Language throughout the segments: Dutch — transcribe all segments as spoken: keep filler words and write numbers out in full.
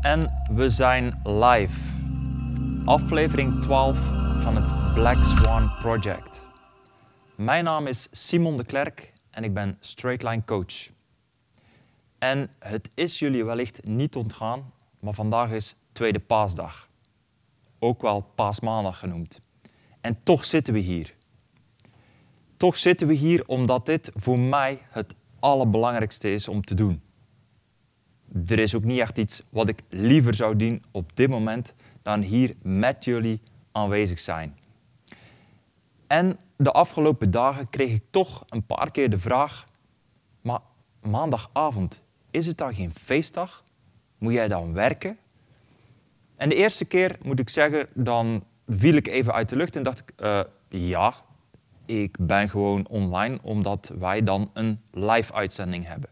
En we zijn live. Aflevering twaalf van het Black Swan Project. Mijn naam is Simon de Klerk en ik ben Straightline Coach. En het is jullie wellicht niet ontgaan, maar vandaag is Tweede Paasdag. Ook wel Paasmaandag genoemd. En toch zitten we hier. Toch zitten we hier omdat dit voor mij het allerbelangrijkste is om te doen. Er is ook niet echt iets wat ik liever zou doen op dit moment dan hier met jullie aanwezig zijn. En de afgelopen dagen kreeg ik toch een paar keer de vraag, maar maandagavond, is het dan geen feestdag? Moet jij dan werken? En de eerste keer, moet ik zeggen, dan viel ik even uit de lucht en dacht ik, uh, ja, ik ben gewoon online omdat wij dan een live uitzending hebben.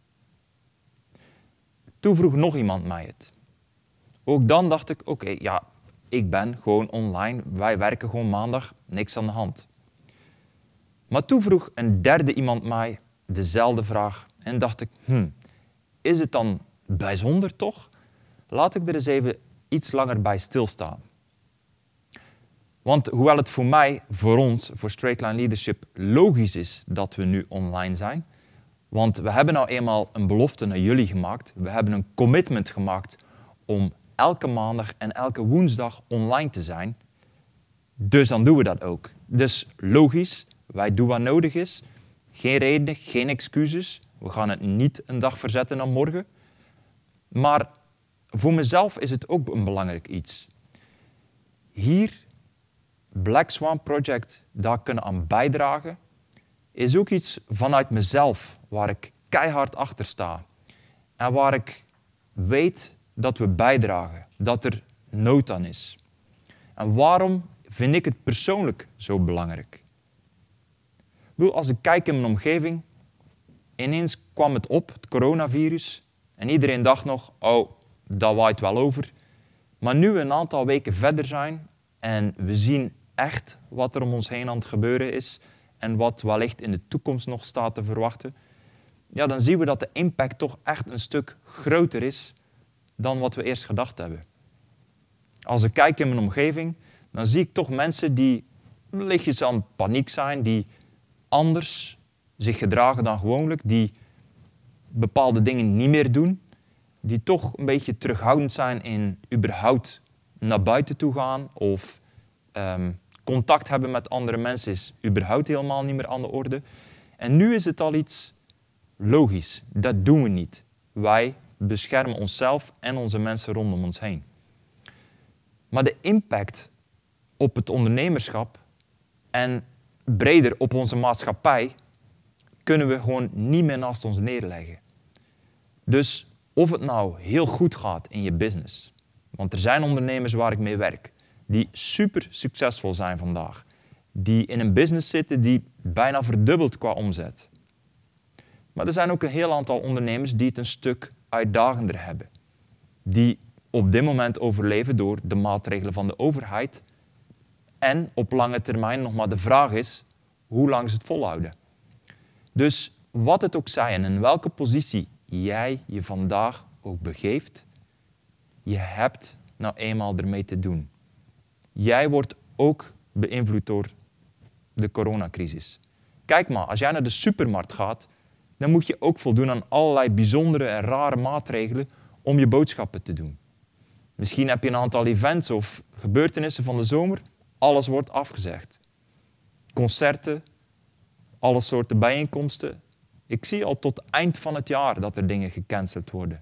Toen vroeg nog iemand mij het. Ook dan dacht ik, oké, okay, ja, ik ben gewoon online. Wij werken gewoon maandag, niks aan de hand. Maar toen vroeg een derde iemand mij dezelfde vraag. En dacht ik, hm, is het dan bijzonder toch? Laat ik er eens even iets langer bij stilstaan. Want hoewel het voor mij, voor ons, voor Straightline Leadership, logisch is dat we nu online zijn. Want we hebben nou eenmaal een belofte naar jullie gemaakt. We hebben een commitment gemaakt om elke maandag en elke woensdag online te zijn. Dus dan doen we dat ook. Dus logisch, wij doen wat nodig is. Geen redenen, geen excuses. We gaan het niet een dag verzetten naar morgen. Maar voor mezelf is het ook een belangrijk iets. Hier, Black Swan Project, daar kunnen aan bijdragen, is ook iets vanuit mezelf waar ik keihard achter sta. En waar ik weet dat we bijdragen, dat er nood aan is. En waarom vind ik het persoonlijk zo belangrijk? Als ik kijk in mijn omgeving, ineens kwam het op, het coronavirus. En iedereen dacht nog, oh, dat waait wel over. Maar nu we een aantal weken verder zijn en we zien echt wat er om ons heen aan het gebeuren is en wat wellicht in de toekomst nog staat te verwachten, ja, dan zien we dat de impact toch echt een stuk groter is dan wat we eerst gedacht hebben. Als ik kijk in mijn omgeving, dan zie ik toch mensen die lichtjes aan paniek zijn, die anders zich gedragen dan gewoonlijk, die bepaalde dingen niet meer doen, die toch een beetje terughoudend zijn in überhaupt naar buiten toe gaan of um, contact hebben met andere mensen is überhaupt helemaal niet meer aan de orde. En nu is het al iets logisch. Dat doen we niet. Wij beschermen onszelf en onze mensen rondom ons heen. Maar de impact op het ondernemerschap en breder op onze maatschappij kunnen we gewoon niet meer naast ons neerleggen. Dus of het nou heel goed gaat in je business, want er zijn ondernemers waar ik mee werk, die super succesvol zijn vandaag. Die in een business zitten die bijna verdubbelt qua omzet. Maar er zijn ook een heel aantal ondernemers die het een stuk uitdagender hebben. Die op dit moment overleven door de maatregelen van de overheid. En op lange termijn nog maar de vraag is, hoe lang ze het volhouden. Dus wat het ook zij en in welke positie jij je vandaag ook begeeft, je hebt nou eenmaal ermee te doen. Jij wordt ook beïnvloed door de coronacrisis. Kijk maar, als jij naar de supermarkt gaat, dan moet je ook voldoen aan allerlei bijzondere en rare maatregelen om je boodschappen te doen. Misschien heb je een aantal events of gebeurtenissen van de zomer, alles wordt afgezegd. Concerten, alle soorten bijeenkomsten. Ik zie al tot eind van het jaar dat er dingen gecanceld worden.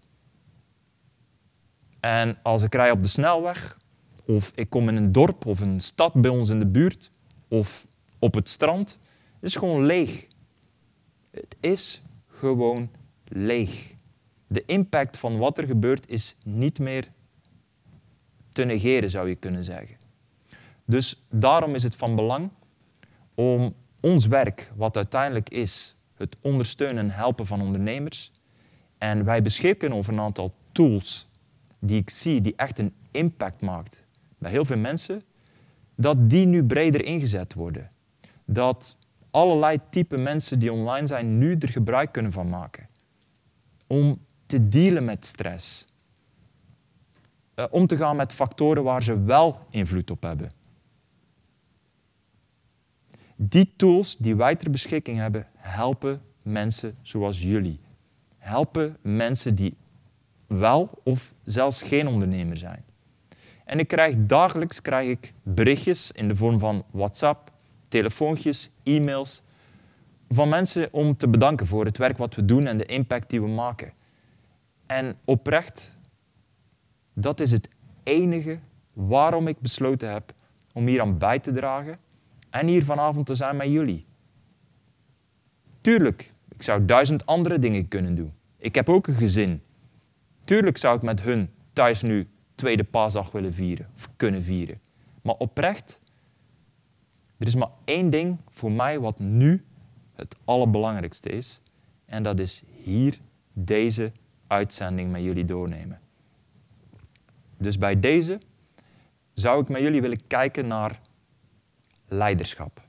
En als ik rij op de snelweg, of ik kom in een dorp of een stad bij ons in de buurt, of op het strand, het is gewoon leeg. Het is gewoon leeg. De impact van wat er gebeurt is niet meer te negeren, zou je kunnen zeggen. Dus daarom is het van belang om ons werk, wat uiteindelijk is het ondersteunen en helpen van ondernemers, en wij beschikken over een aantal tools die ik zie, die echt een impact maakt bij heel veel mensen, dat die nu breder ingezet worden. Dat allerlei type mensen die online zijn nu er gebruik kunnen van maken. Om te dealen met stress. uh, om te gaan met factoren waar ze wel invloed op hebben. Die tools die wij ter beschikking hebben, helpen mensen zoals jullie. Helpen mensen die wel of zelfs geen ondernemer zijn. En ik krijg dagelijks krijg ik berichtjes in de vorm van WhatsApp, telefoontjes, e-mails, van mensen om te bedanken voor het werk wat we doen en de impact die we maken. En oprecht, dat is het enige waarom ik besloten heb om hier aan bij te dragen en hier vanavond te zijn met jullie. Tuurlijk, ik zou duizend andere dingen kunnen doen. Ik heb ook een gezin. Tuurlijk zou ik met hun thuis nu tweede paasdag willen vieren of kunnen vieren. Maar oprecht, er is maar één ding voor mij wat nu het allerbelangrijkste is. En dat is hier deze uitzending met jullie doornemen. Dus bij deze zou ik met jullie willen kijken naar leiderschap.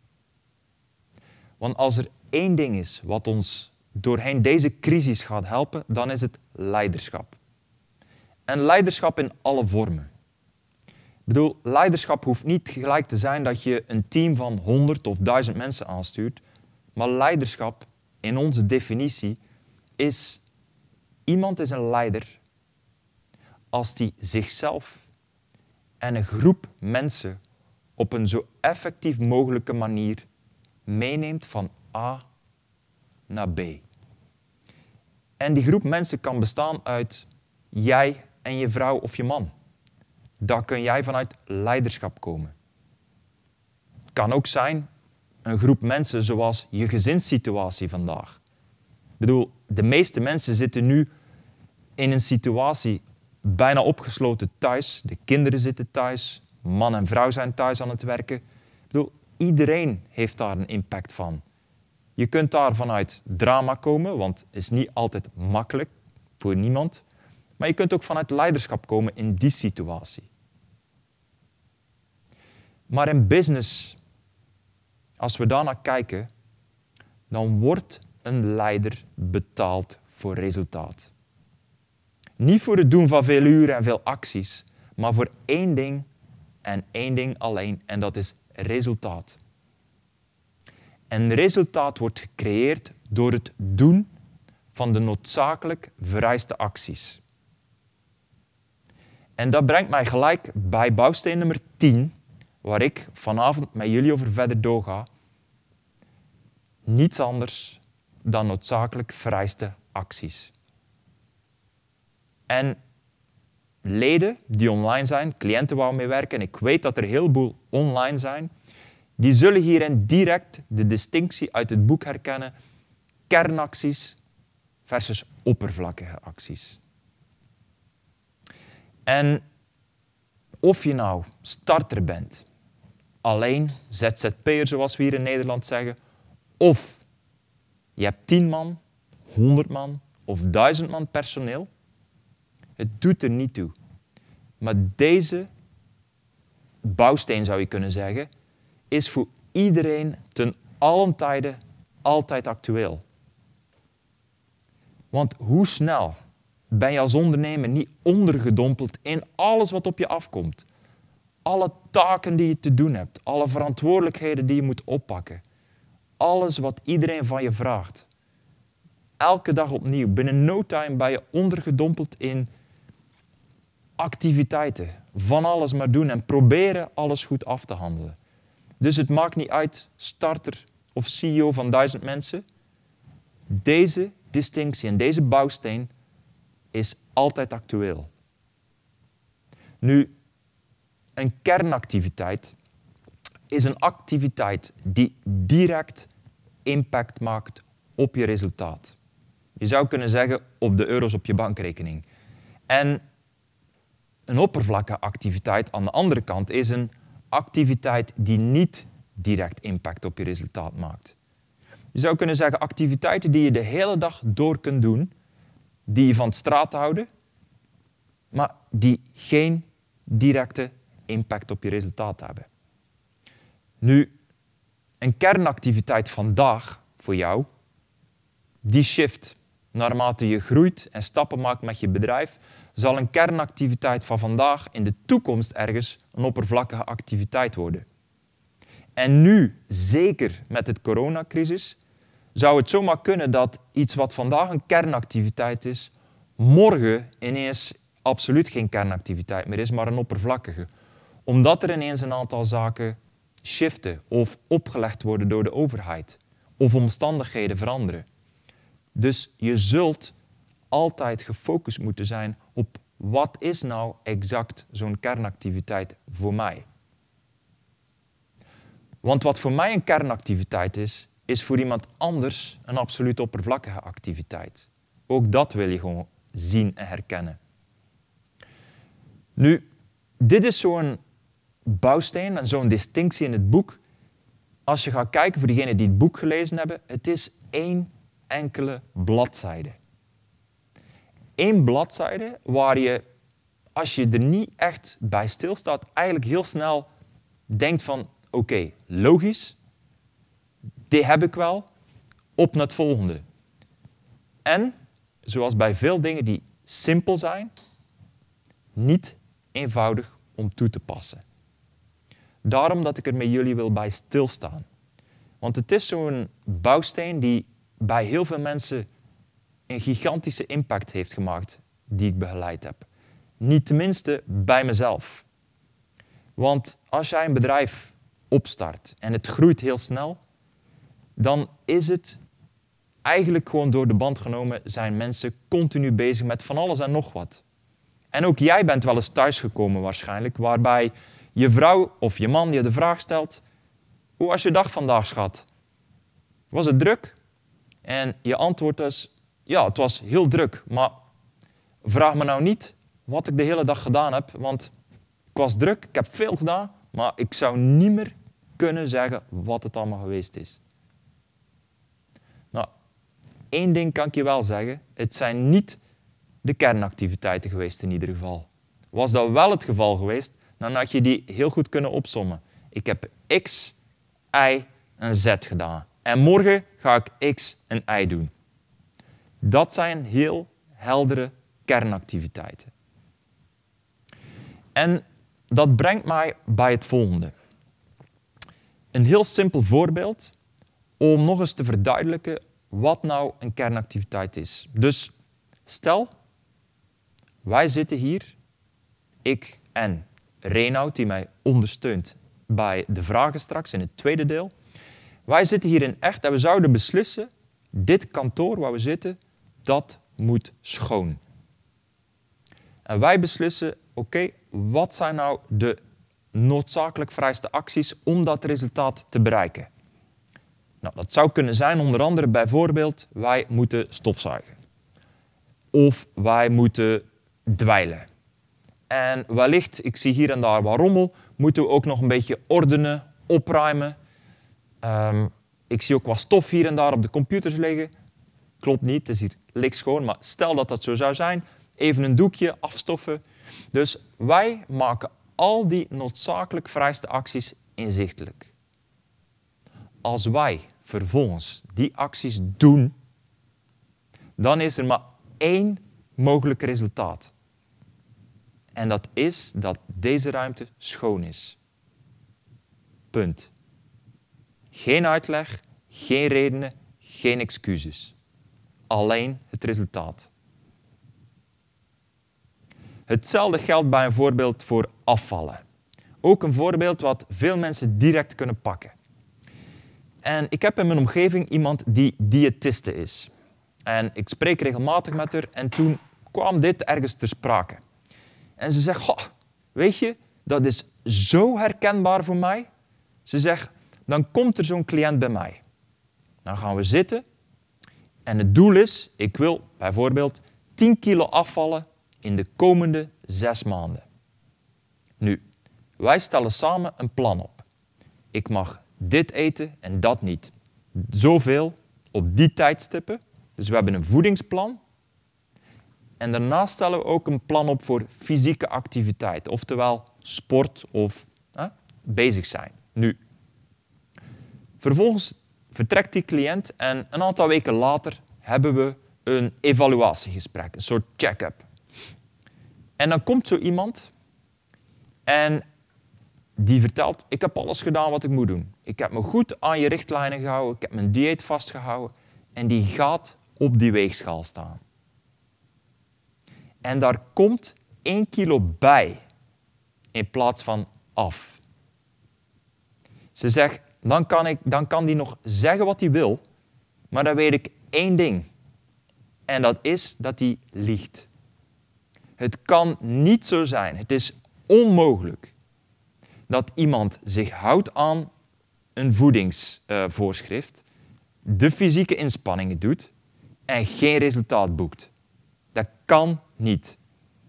Want als er één ding is wat ons doorheen deze crisis gaat helpen, dan is het leiderschap. En leiderschap in alle vormen. Ik bedoel, leiderschap hoeft niet gelijk te zijn dat je een team van honderd of duizend mensen aanstuurt. Maar leiderschap, in onze definitie, is... Iemand is een leider als die zichzelf en een groep mensen op een zo effectief mogelijke manier meeneemt van A naar B. En die groep mensen kan bestaan uit jij en je vrouw of je man. Daar kun jij vanuit leiderschap komen. Het kan ook zijn een groep mensen zoals je gezinssituatie vandaag. Ik bedoel, de meeste mensen zitten nu in een situatie bijna opgesloten thuis. De kinderen zitten thuis, man en vrouw zijn thuis aan het werken. Ik bedoel, iedereen heeft daar een impact van. Je kunt daar vanuit drama komen, want het is niet altijd makkelijk voor niemand. Maar je kunt ook vanuit leiderschap komen in die situatie. Maar in business, als we daarnaar kijken, dan wordt een leider betaald voor resultaat. Niet voor het doen van veel uren en veel acties, maar voor één ding en één ding alleen, en dat is resultaat. En resultaat wordt gecreëerd door het doen van de noodzakelijk vereiste acties. En dat brengt mij gelijk bij bouwsteen nummer tien, waar ik vanavond met jullie over verder doorga. Niets anders dan noodzakelijk vereiste acties. En leden die online zijn, cliënten waar we mee werken, en ik weet dat er een heleboel online zijn, die zullen hierin direct de distinctie uit het boek herkennen: kernacties versus oppervlakkige acties. En of je nou starter bent, alleen, Z Z P'er zoals we hier in Nederland zeggen, of je hebt tien man, honderd man of duizend man personeel, het doet er niet toe. Maar deze bouwsteen, zou je kunnen zeggen, is voor iedereen ten allen tijde altijd actueel. Want hoe snel ben je als ondernemer niet ondergedompeld in alles wat op je afkomt? Alle taken die je te doen hebt, alle verantwoordelijkheden die je moet oppakken. Alles wat iedereen van je vraagt. Elke dag opnieuw. Binnen no time ben je ondergedompeld in activiteiten. Van alles maar doen en proberen alles goed af te handelen. Dus het maakt niet uit, starter of C E O van duizend mensen. Deze distinctie en deze bouwsteen is altijd actueel. Nu, een kernactiviteit is een activiteit die direct impact maakt op je resultaat. Je zou kunnen zeggen op de euro's op je bankrekening. En een oppervlakkige activiteit aan de andere kant is een activiteit die niet direct impact op je resultaat maakt. Je zou kunnen zeggen activiteiten die je de hele dag door kunt doen, die je van de straat houden, maar die geen directe impact op je resultaat hebben. Nu, een kernactiviteit vandaag voor jou, die shift naarmate je groeit en stappen maakt met je bedrijf, zal een kernactiviteit van vandaag in de toekomst ergens een oppervlakkige activiteit worden. En nu, zeker met het coronacrisis, zou het zomaar kunnen dat iets wat vandaag een kernactiviteit is, morgen ineens absoluut geen kernactiviteit meer is, maar een oppervlakkige. Omdat er ineens een aantal zaken shiften of opgelegd worden door de overheid of omstandigheden veranderen. Dus je zult altijd gefocust moeten zijn op wat is nou exact zo'n kernactiviteit voor mij. Want wat voor mij een kernactiviteit is, is voor iemand anders een absoluut oppervlakkige activiteit. Ook dat wil je gewoon zien en herkennen. Nu, dit is zo'n bouwsteen en zo'n distinctie in het boek. Als je gaat kijken voor diegenen die het boek gelezen hebben, het is één enkele bladzijde. Eén bladzijde waar je, als je er niet echt bij stilstaat, eigenlijk heel snel denkt van, oké, okay, logisch, dit heb ik wel, op naar het volgende. En, zoals bij veel dingen die simpel zijn, niet eenvoudig om toe te passen. Daarom dat ik er met jullie wil bij stilstaan. Want het is zo'n bouwsteen die bij heel veel mensen een gigantische impact heeft gemaakt die ik begeleid heb. Niet tenminste bij mezelf. Want als jij een bedrijf opstart en het groeit heel snel, dan is het eigenlijk gewoon door de band genomen zijn mensen continu bezig met van alles en nog wat. En ook jij bent wel eens thuisgekomen waarschijnlijk, waarbij je vrouw of je man je de vraag stelt, hoe was je dag vandaag, schat? Was het druk? En je antwoord is, ja, het was heel druk, maar vraag me nou niet wat ik de hele dag gedaan heb, want ik was druk, ik heb veel gedaan, maar ik zou niet meer kunnen zeggen wat het allemaal geweest is. Nou, één ding kan ik je wel zeggen, het zijn niet de kernactiviteiten geweest in ieder geval. Was dat wel het geval geweest, dan had je die heel goed kunnen opsommen. Ik heb X, Y en Z gedaan. En morgen ga ik X en Y doen. Dat zijn heel heldere kernactiviteiten. En dat brengt mij bij het volgende. Een heel simpel voorbeeld om nog eens te verduidelijken wat nou een kernactiviteit is. Dus stel, wij zitten hier, ik en Reinoud, die mij ondersteunt bij de vragen straks in het tweede deel. Wij zitten hier in echt en we zouden beslissen, dit kantoor waar we zitten, dat moet schoon. En wij beslissen, oké, okay, wat zijn nou de noodzakelijk vereiste acties om dat resultaat te bereiken? Nou, dat zou kunnen zijn onder andere bijvoorbeeld, wij moeten stofzuigen. Of wij moeten dweilen. En wellicht, ik zie hier en daar wat rommel, moeten we ook nog een beetje ordenen, opruimen. Um, ik zie ook wat stof hier en daar op de computers liggen. Klopt niet, het is hier likschoon, maar stel dat dat zo zou zijn, even een doekje afstoffen. Dus wij maken al die noodzakelijk vereiste acties inzichtelijk. Als wij vervolgens die acties doen, dan is er maar één mogelijk resultaat. En dat is dat deze ruimte schoon is. Punt. Geen uitleg, geen redenen, geen excuses. Alleen het resultaat. Hetzelfde geldt bij een voorbeeld voor afvallen. Ook een voorbeeld wat veel mensen direct kunnen pakken. En ik heb in mijn omgeving iemand die diëtiste is. En ik spreek regelmatig met haar en toen kwam dit ergens ter sprake. En ze zegt, oh, weet je, dat is zo herkenbaar voor mij. Ze zegt, dan komt er zo'n cliënt bij mij. Dan gaan we zitten en het doel is, ik wil bijvoorbeeld tien kilo afvallen in de komende zes maanden. Nu, wij stellen samen een plan op. Ik mag dit eten en dat niet. Zoveel op die tijdstippen. Dus we hebben een voedingsplan. En daarnaast stellen we ook een plan op voor fysieke activiteit. Oftewel sport of eh, bezig zijn. Nu, vervolgens vertrekt die cliënt en een aantal weken later hebben we een evaluatiegesprek. Een soort check-up. En dan komt zo iemand en die vertelt, ik heb alles gedaan wat ik moet doen. Ik heb me goed aan je richtlijnen gehouden, ik heb mijn dieet vastgehouden en die gaat op die weegschaal staan. En daar komt één kilo bij in plaats van af. Ze zegt, dan kan, ik, dan kan die nog zeggen wat hij wil, maar dan weet ik één ding. En dat is dat hij liegt. Het kan niet zo zijn, het is onmogelijk dat iemand zich houdt aan een voedingsvoorschrift, de fysieke inspanningen doet en geen resultaat boekt. Dat kan niet.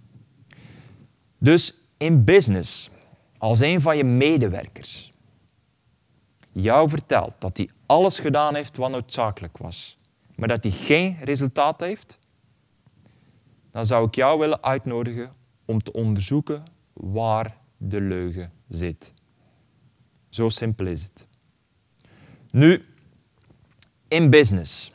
Dus in business, als een van je medewerkers jou vertelt dat hij alles gedaan heeft wat noodzakelijk was, maar dat hij geen resultaat heeft, dan zou ik jou willen uitnodigen om te onderzoeken waar de leugen zit. Zo simpel is het. Nu, in business.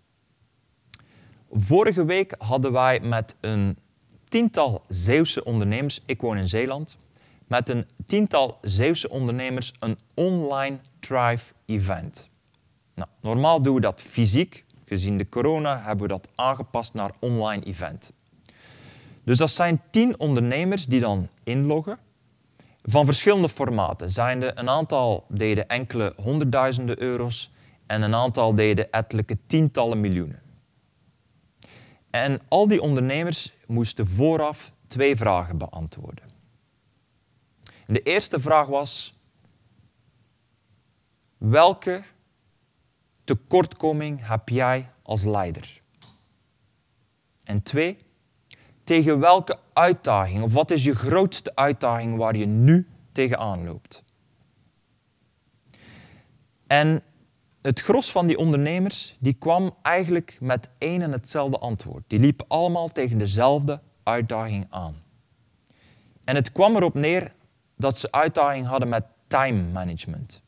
Vorige week hadden wij met een tiental Zeeuwse ondernemers, ik woon in Zeeland, met een tiental Zeeuwse ondernemers een online Thrive event. Nou, normaal doen we dat fysiek. Gezien de corona hebben we dat aangepast naar online event. Dus dat zijn tien ondernemers die dan inloggen. Van verschillende formaten. Zijnde, een aantal deden enkele honderdduizenden euro's en een aantal deden ettelijke tientallen miljoenen. En al die ondernemers moesten vooraf twee vragen beantwoorden. De eerste vraag was: welke tekortkoming heb jij als leider? En twee, tegen welke uitdaging, of wat is je grootste uitdaging waar je nu tegenaan loopt? En het gros van die ondernemers die kwam eigenlijk met één en hetzelfde antwoord. Die liepen allemaal tegen dezelfde uitdaging aan. En het kwam erop neer dat ze uitdaging hadden met time management.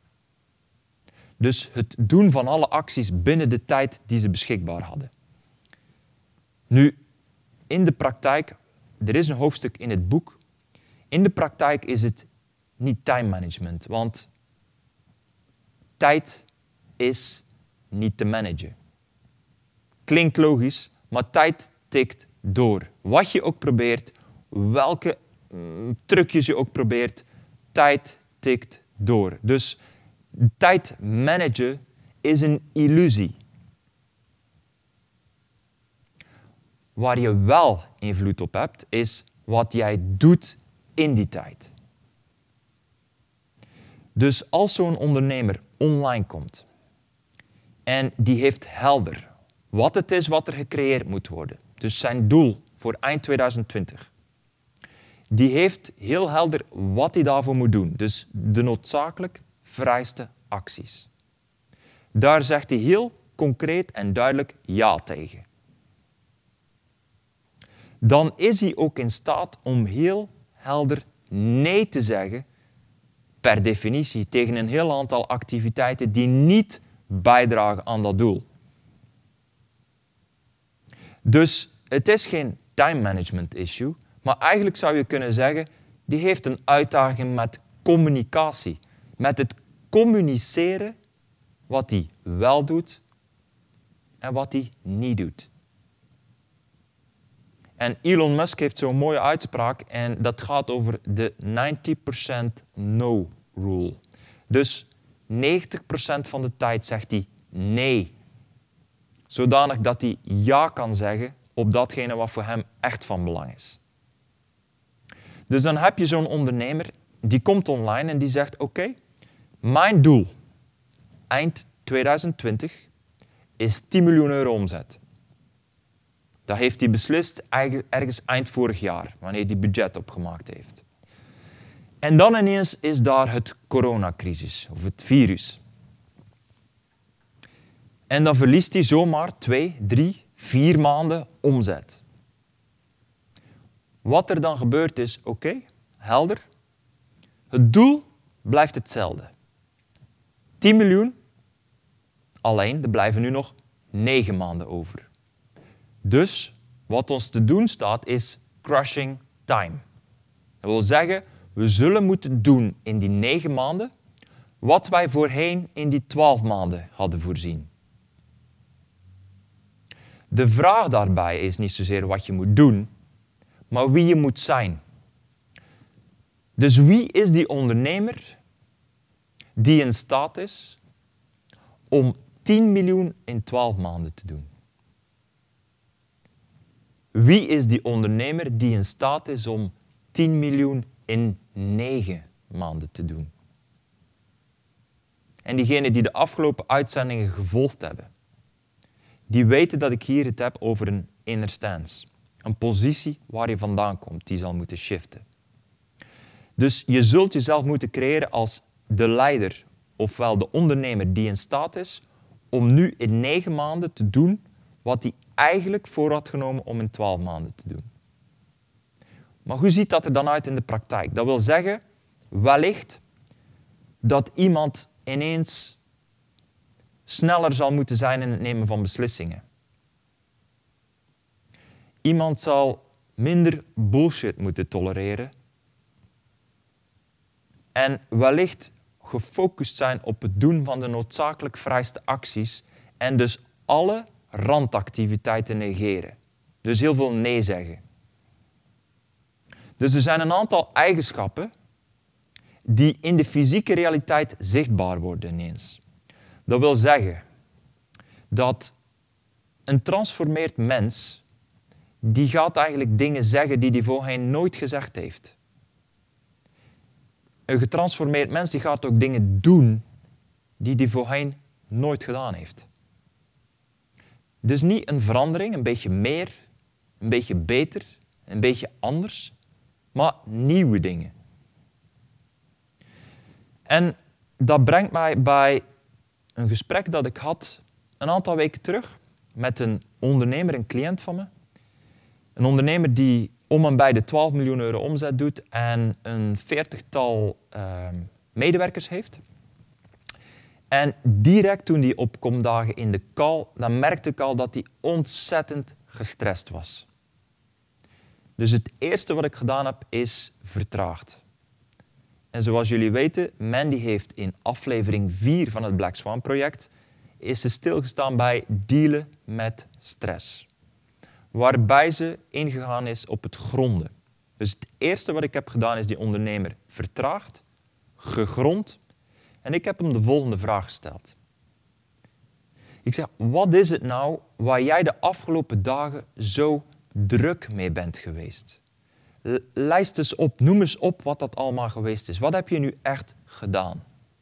Dus het doen van alle acties binnen de tijd die ze beschikbaar hadden. Nu, in de praktijk, er is een hoofdstuk in het boek. In de praktijk is het niet time management, want tijd is niet te managen. Klinkt logisch, maar tijd tikt door. Wat je ook probeert, welke mm, trucjes je ook probeert, tijd tikt door. Dus tijd managen is een illusie. Waar je wel invloed op hebt, is wat jij doet in die tijd. Dus als zo'n ondernemer online komt en die heeft helder wat het is wat er gecreëerd moet worden, dus zijn doel voor eind tweeduizend twintig, die heeft heel helder wat hij daarvoor moet doen, dus de noodzakelijk vereiste acties. Daar zegt hij heel concreet en duidelijk ja tegen. Dan is hij ook in staat om heel helder nee te zeggen, per definitie, tegen een heel aantal activiteiten die niet bijdragen aan dat doel. Dus het is geen time management issue, maar eigenlijk zou je kunnen zeggen, die heeft een uitdaging met communicatie. Met het communiceren wat hij wel doet en wat hij niet doet. En Elon Musk heeft zo'n mooie uitspraak en dat gaat over de negentig procent no rule. Dus negentig procent van de tijd zegt hij nee. Zodanig dat hij ja kan zeggen op datgene wat voor hem echt van belang is. Dus dan heb je zo'n ondernemer die komt online en die zegt oké, okay, mijn doel eind tweeduizend twintig is tien miljoen euro omzet. Dat heeft hij beslist ergens eind vorig jaar, wanneer hij budget opgemaakt heeft. En dan ineens is daar het coronacrisis, of het virus. En dan verliest hij zomaar twee, drie, vier maanden omzet. Wat er dan gebeurt is, oké, okay, helder. Het doel blijft hetzelfde. tien miljoen, alleen er blijven nu nog negen maanden over. Dus wat ons te doen staat is crushing time. Dat wil zeggen, we zullen moeten doen in die negen maanden wat wij voorheen in die twaalf maanden hadden voorzien. De vraag daarbij is niet zozeer wat je moet doen, maar wie je moet zijn. Dus wie is die ondernemer die in staat is om tien miljoen in twaalf maanden te doen? Wie is die ondernemer die in staat is om tien miljoen in negen maanden te doen? En diegenen die de afgelopen uitzendingen gevolgd hebben, die weten dat ik hier het heb over een inner stance. Een positie waar je vandaan komt, die zal moeten shiften. Dus je zult jezelf moeten creëren als de leider, ofwel de ondernemer die in staat is om nu in negen maanden te doen wat hij eigenlijk voor had genomen om in twaalf maanden te doen. Maar hoe ziet dat er dan uit in de praktijk? Dat wil zeggen, wellicht dat iemand ineens sneller zal moeten zijn in het nemen van beslissingen. Iemand zal minder bullshit moeten tolereren en wellicht gefocust zijn op het doen van de noodzakelijk vereiste acties en dus alle randactiviteiten negeren. Dus heel veel nee zeggen. Dus er zijn een aantal eigenschappen die in de fysieke realiteit zichtbaar worden ineens. Dat wil zeggen dat een transformeerd mens, die gaat eigenlijk dingen zeggen die hij voorheen nooit gezegd heeft. Een getransformeerd mens die gaat ook dingen doen die hij voorheen nooit gedaan heeft. Dus niet een verandering, een beetje meer, een beetje beter, een beetje anders, maar nieuwe dingen. En dat brengt mij bij een gesprek dat ik had een aantal weken terug met een ondernemer, een cliënt van me. Een ondernemer die om en bij de twaalf miljoen euro omzet doet en een veertigtal uh, medewerkers heeft. En direct toen hij op komdagen in de call, dan merkte ik al dat hij ontzettend gestrest was. Dus het eerste wat ik gedaan heb, is vertraagd. En zoals jullie weten, Mandy heeft in aflevering vier van het Black Swan project is ze stilgestaan bij dealen met stress. Waarbij ze ingegaan is op het gronden. Dus het eerste wat ik heb gedaan is die ondernemer vertraagd, gegrond. En ik heb hem de volgende vraag gesteld. Ik zeg, wat is het nou waar jij de afgelopen dagen zo druk mee bent geweest? Lijst eens op, noem eens op wat dat allemaal geweest is. Wat heb je nu echt gedaan?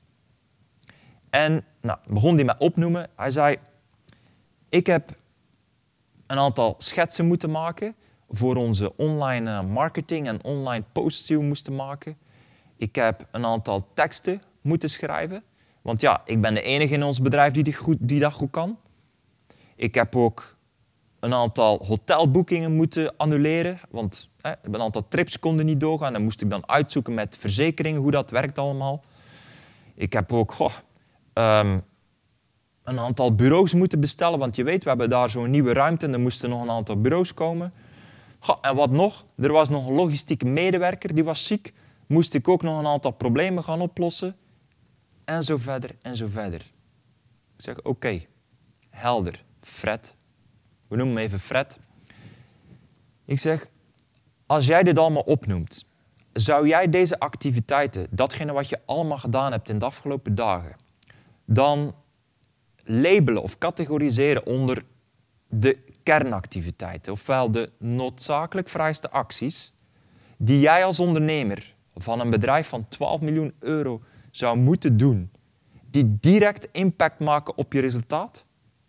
En nou, begon hij met opnoemen. Hij zei, ik heb een aantal schetsen moeten maken voor onze online marketing en online posts die we moesten maken. Ik heb een aantal teksten moeten schrijven. Want ja, ik ben de enige in ons bedrijf die, die, goed, die dat goed kan. Ik heb ook een aantal hotelboekingen moeten annuleren. Want hè, een aantal trips konden niet doorgaan. Dan moest ik dan uitzoeken met verzekeringen hoe dat werkt allemaal. Ik heb ook goh, um, een aantal bureaus moeten bestellen. Want je weet, we hebben daar zo'n nieuwe ruimte en er moesten nog een aantal bureaus komen. Goh, en wat nog? Er was nog een logistieke medewerker die was ziek. Moest ik ook nog een aantal problemen gaan oplossen. En zo verder en zo verder. Ik zeg, oké, okay, helder, Fred. We noemen hem even Fred. Ik zeg, als jij dit allemaal opnoemt, zou jij deze activiteiten, datgene wat je allemaal gedaan hebt in de afgelopen dagen, dan labelen of categoriseren onder de kernactiviteiten, ofwel de noodzakelijk vereiste acties, die jij als ondernemer van een bedrijf van twaalf miljoen euro zou moeten doen, die direct impact maken op je resultaat?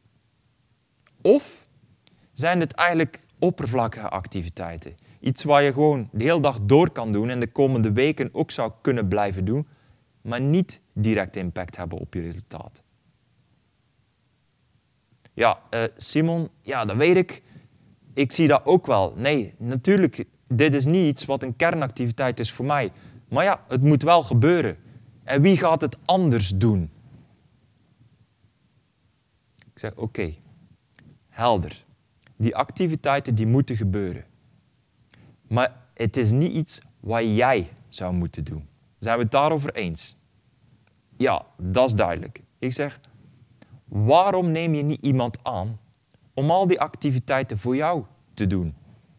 Of zijn het eigenlijk oppervlakkige activiteiten? Iets waar je gewoon de hele dag door kan doen en de komende weken ook zou kunnen blijven doen, maar niet direct impact hebben op je resultaat. Ja, uh, Simon, ja, dat weet ik. Ik zie dat ook wel. Nee, natuurlijk, dit is niet iets wat een kernactiviteit is voor mij. Maar ja, het moet wel gebeuren. En wie gaat het anders doen? Ik zeg, oké, okay, helder. Die activiteiten die moeten gebeuren. Maar het is niet iets wat jij zou moeten doen. Zijn we het daarover eens? Ja, dat is duidelijk. Ik zeg, waarom neem je niet iemand aan om al die activiteiten voor jou te doen?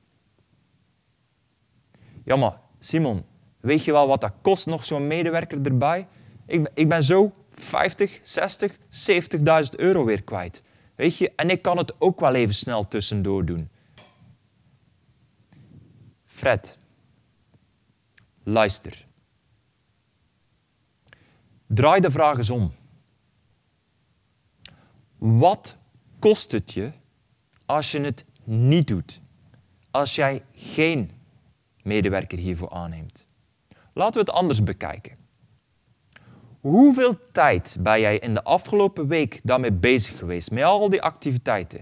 Ja, maar Simon, weet je wel wat dat kost, nog zo'n medewerker erbij? Ik ben, ik ben zo vijftig, zestig, zeventigduizend euro weer kwijt. Weet je, en ik kan het ook wel even snel tussendoor doen. Fred, luister. Draai de vraag eens om. Wat kost het je als je het niet doet? Als jij geen medewerker hiervoor aanneemt? Laten we het anders bekijken. Hoeveel tijd ben jij in de afgelopen week daarmee bezig geweest, met al die activiteiten?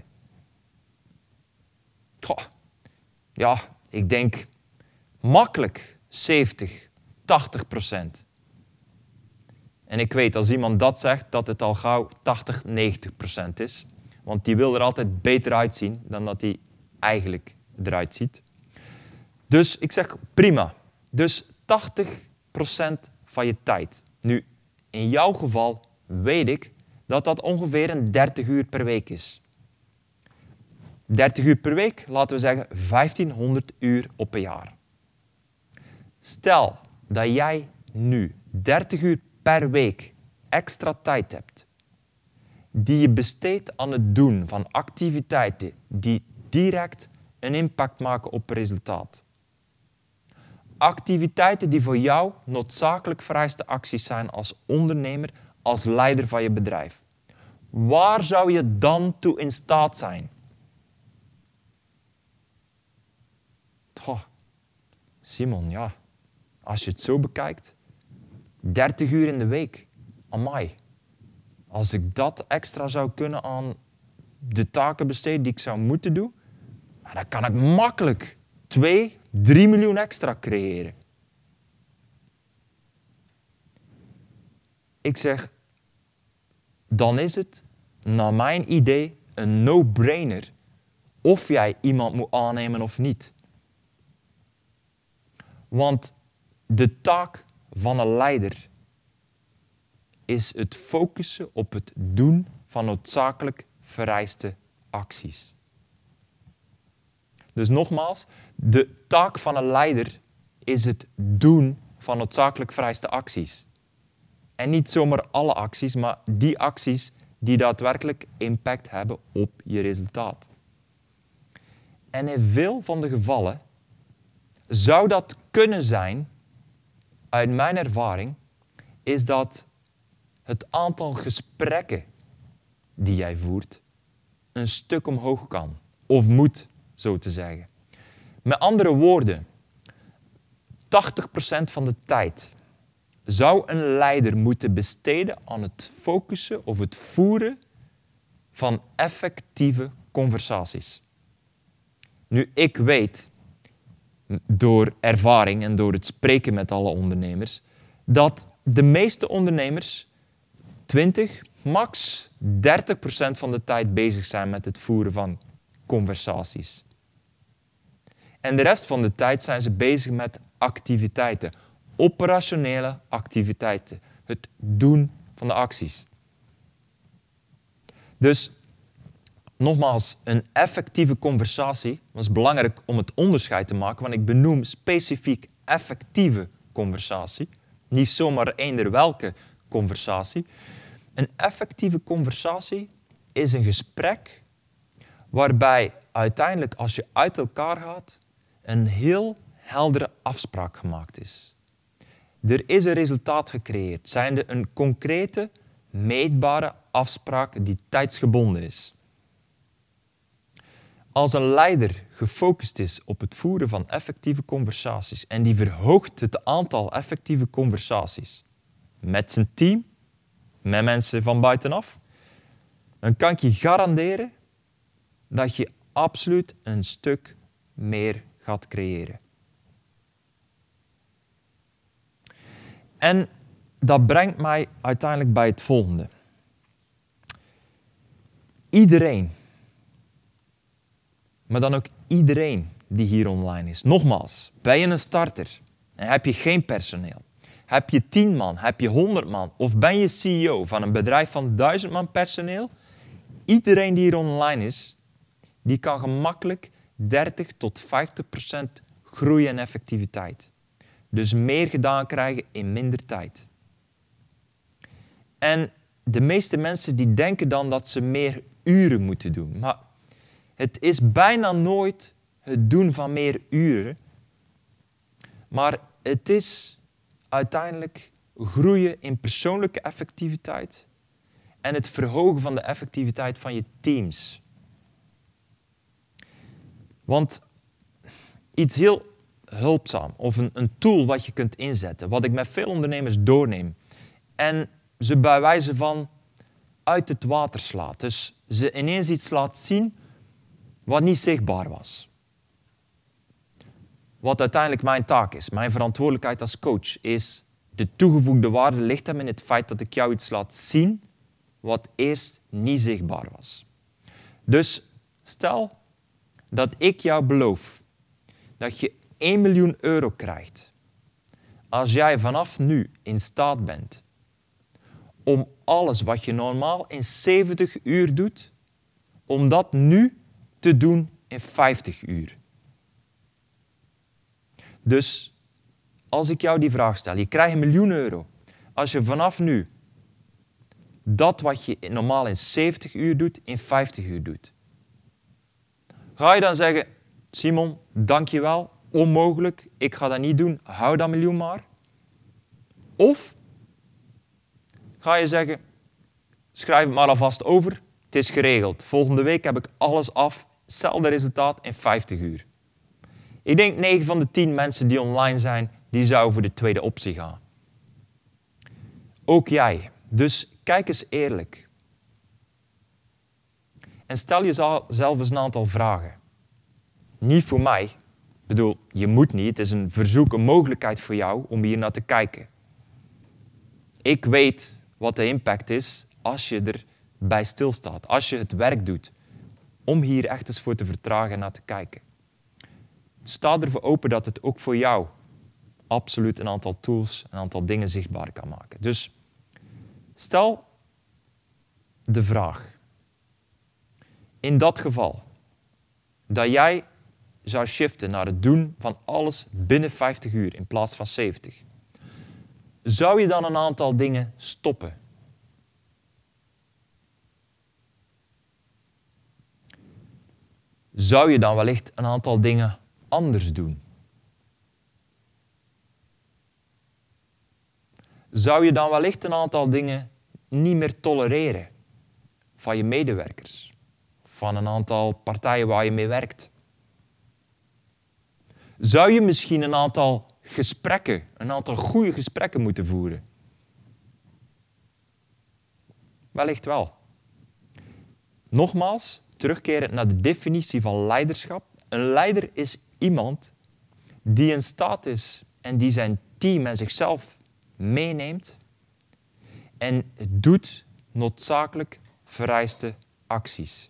Goh, ja, ik denk makkelijk zeventig, tachtig procent. En ik weet, als iemand dat zegt, dat het al gauw tachtig, negentig procent is. Want die wil er altijd beter uitzien dan dat hij eigenlijk eruit ziet. Dus ik zeg prima. Dus tachtig procent van je tijd. Nu, in jouw geval weet ik dat dat ongeveer een dertig uur per week is. dertig uur per week, laten we zeggen vijftienhonderd uur op een jaar. Stel dat jij nu dertig uur per week extra tijd hebt, die je besteedt aan het doen van activiteiten die direct een impact maken op het resultaat. Activiteiten die voor jou noodzakelijk vereiste acties zijn als ondernemer, als leider van je bedrijf. Waar zou je dan toe in staat zijn? Goh, Simon, ja, als je het zo bekijkt, dertig uur in de week, amai. Als ik dat extra zou kunnen aan de taken besteden die ik zou moeten doen, dan kan ik makkelijk twee, drie miljoen extra creëren. Ik zeg, dan is het, naar mijn idee, een no-brainer of jij iemand moet aannemen of niet. Want de taak van een leider is het focussen op het doen van noodzakelijk vereiste acties. Dus nogmaals, de taak van een leider is het doen van noodzakelijk vereiste acties. En niet zomaar alle acties, maar die acties die daadwerkelijk impact hebben op je resultaat. En in veel van de gevallen zou dat kunnen zijn, uit mijn ervaring, is dat het aantal gesprekken die jij voert een stuk omhoog kan. Of moet, zo te zeggen. Met andere woorden, tachtig procent van de tijd zou een leider moeten besteden aan het focussen of het voeren van effectieve conversaties. Nu, ik weet door ervaring en door het spreken met alle ondernemers dat de meeste ondernemers twintig, max dertig procent van de tijd bezig zijn met het voeren van conversaties. En de rest van de tijd zijn ze bezig met activiteiten, operationele activiteiten, het doen van de acties. Dus nogmaals, een effectieve conversatie, dat is belangrijk om het onderscheid te maken, want ik benoem specifiek effectieve conversatie, niet zomaar eender welke conversatie. Een effectieve conversatie is een gesprek waarbij uiteindelijk, als je uit elkaar gaat, een heel heldere afspraak gemaakt is. Er is een resultaat gecreëerd, zijnde een concrete, meetbare afspraak die tijdsgebonden is. Als een leider gefocust is op het voeren van effectieve conversaties en die verhoogt het aantal effectieve conversaties met zijn team, met mensen van buitenaf, dan kan ik je garanderen dat je absoluut een stuk meer gaat creëren. En dat brengt mij uiteindelijk bij het volgende. Iedereen, maar dan ook iedereen die hier online is. Nogmaals, ben je een starter en heb je geen personeel? Heb je tien man, heb je honderd man of ben je C E O van een bedrijf van duizend man personeel? Iedereen die hier online is, die kan gemakkelijk dertig tot vijftig procent groeien in effectiviteit. Dus meer gedaan krijgen in minder tijd. En de meeste mensen die denken dan dat ze meer uren moeten doen. Maar het is bijna nooit het doen van meer uren. Maar het is uiteindelijk groeien in persoonlijke effectiviteit en het verhogen van de effectiviteit van je teams. Want iets heel hulpzaam of een, een tool wat je kunt inzetten, wat ik met veel ondernemers doorneem en ze bij wijze van uit het water slaat. Dus ze ineens iets laat zien wat niet zichtbaar was. Wat uiteindelijk mijn taak is, mijn verantwoordelijkheid als coach, is de toegevoegde waarde ligt hem in het feit dat ik jou iets laat zien wat eerst niet zichtbaar was. Dus stel dat ik jou beloof dat je één miljoen euro krijgt als jij vanaf nu in staat bent om alles wat je normaal in zeventig uur doet, om dat nu te doen in vijftig uur. Dus als ik jou die vraag stel, je krijgt een miljoen euro. Als je vanaf nu dat wat je normaal in zeventig uur doet, in vijftig uur doet. Ga je dan zeggen, Simon, dank je wel, onmogelijk, ik ga dat niet doen, hou dat miljoen maar. Of ga je zeggen, schrijf het maar alvast over, het is geregeld. Volgende week heb ik alles af, hetzelfde resultaat in vijftig uur. Ik denk negen van de tien mensen die online zijn, die zouden voor de tweede optie gaan. Ook jij. Dus kijk eens eerlijk. En stel jezelf eens een aantal vragen. Niet voor mij. Ik bedoel, je moet niet. Het is een verzoek, een mogelijkheid voor jou om hier naar te kijken. Ik weet wat de impact is als je erbij stilstaat. Als je het werk doet. Om hier echt eens voor te vertragen en naar te kijken. Sta ervoor open dat het ook voor jou absoluut een aantal tools, een aantal dingen zichtbaar kan maken. Dus stel de vraag. In dat geval dat jij zou shiften naar het doen van alles binnen vijftig uur in plaats van zeventig. Zou je dan een aantal dingen stoppen? Zou je dan wellicht een aantal dingen anders doen? Zou je dan wellicht een aantal dingen niet meer tolereren van je medewerkers, van een aantal partijen waar je mee werkt? Zou je misschien een aantal gesprekken, een aantal goede gesprekken moeten voeren? Wellicht wel. Nogmaals, terugkerend naar de definitie van leiderschap. Een leider is iemand die in staat is en die zijn team en zichzelf meeneemt en doet noodzakelijk vereiste acties.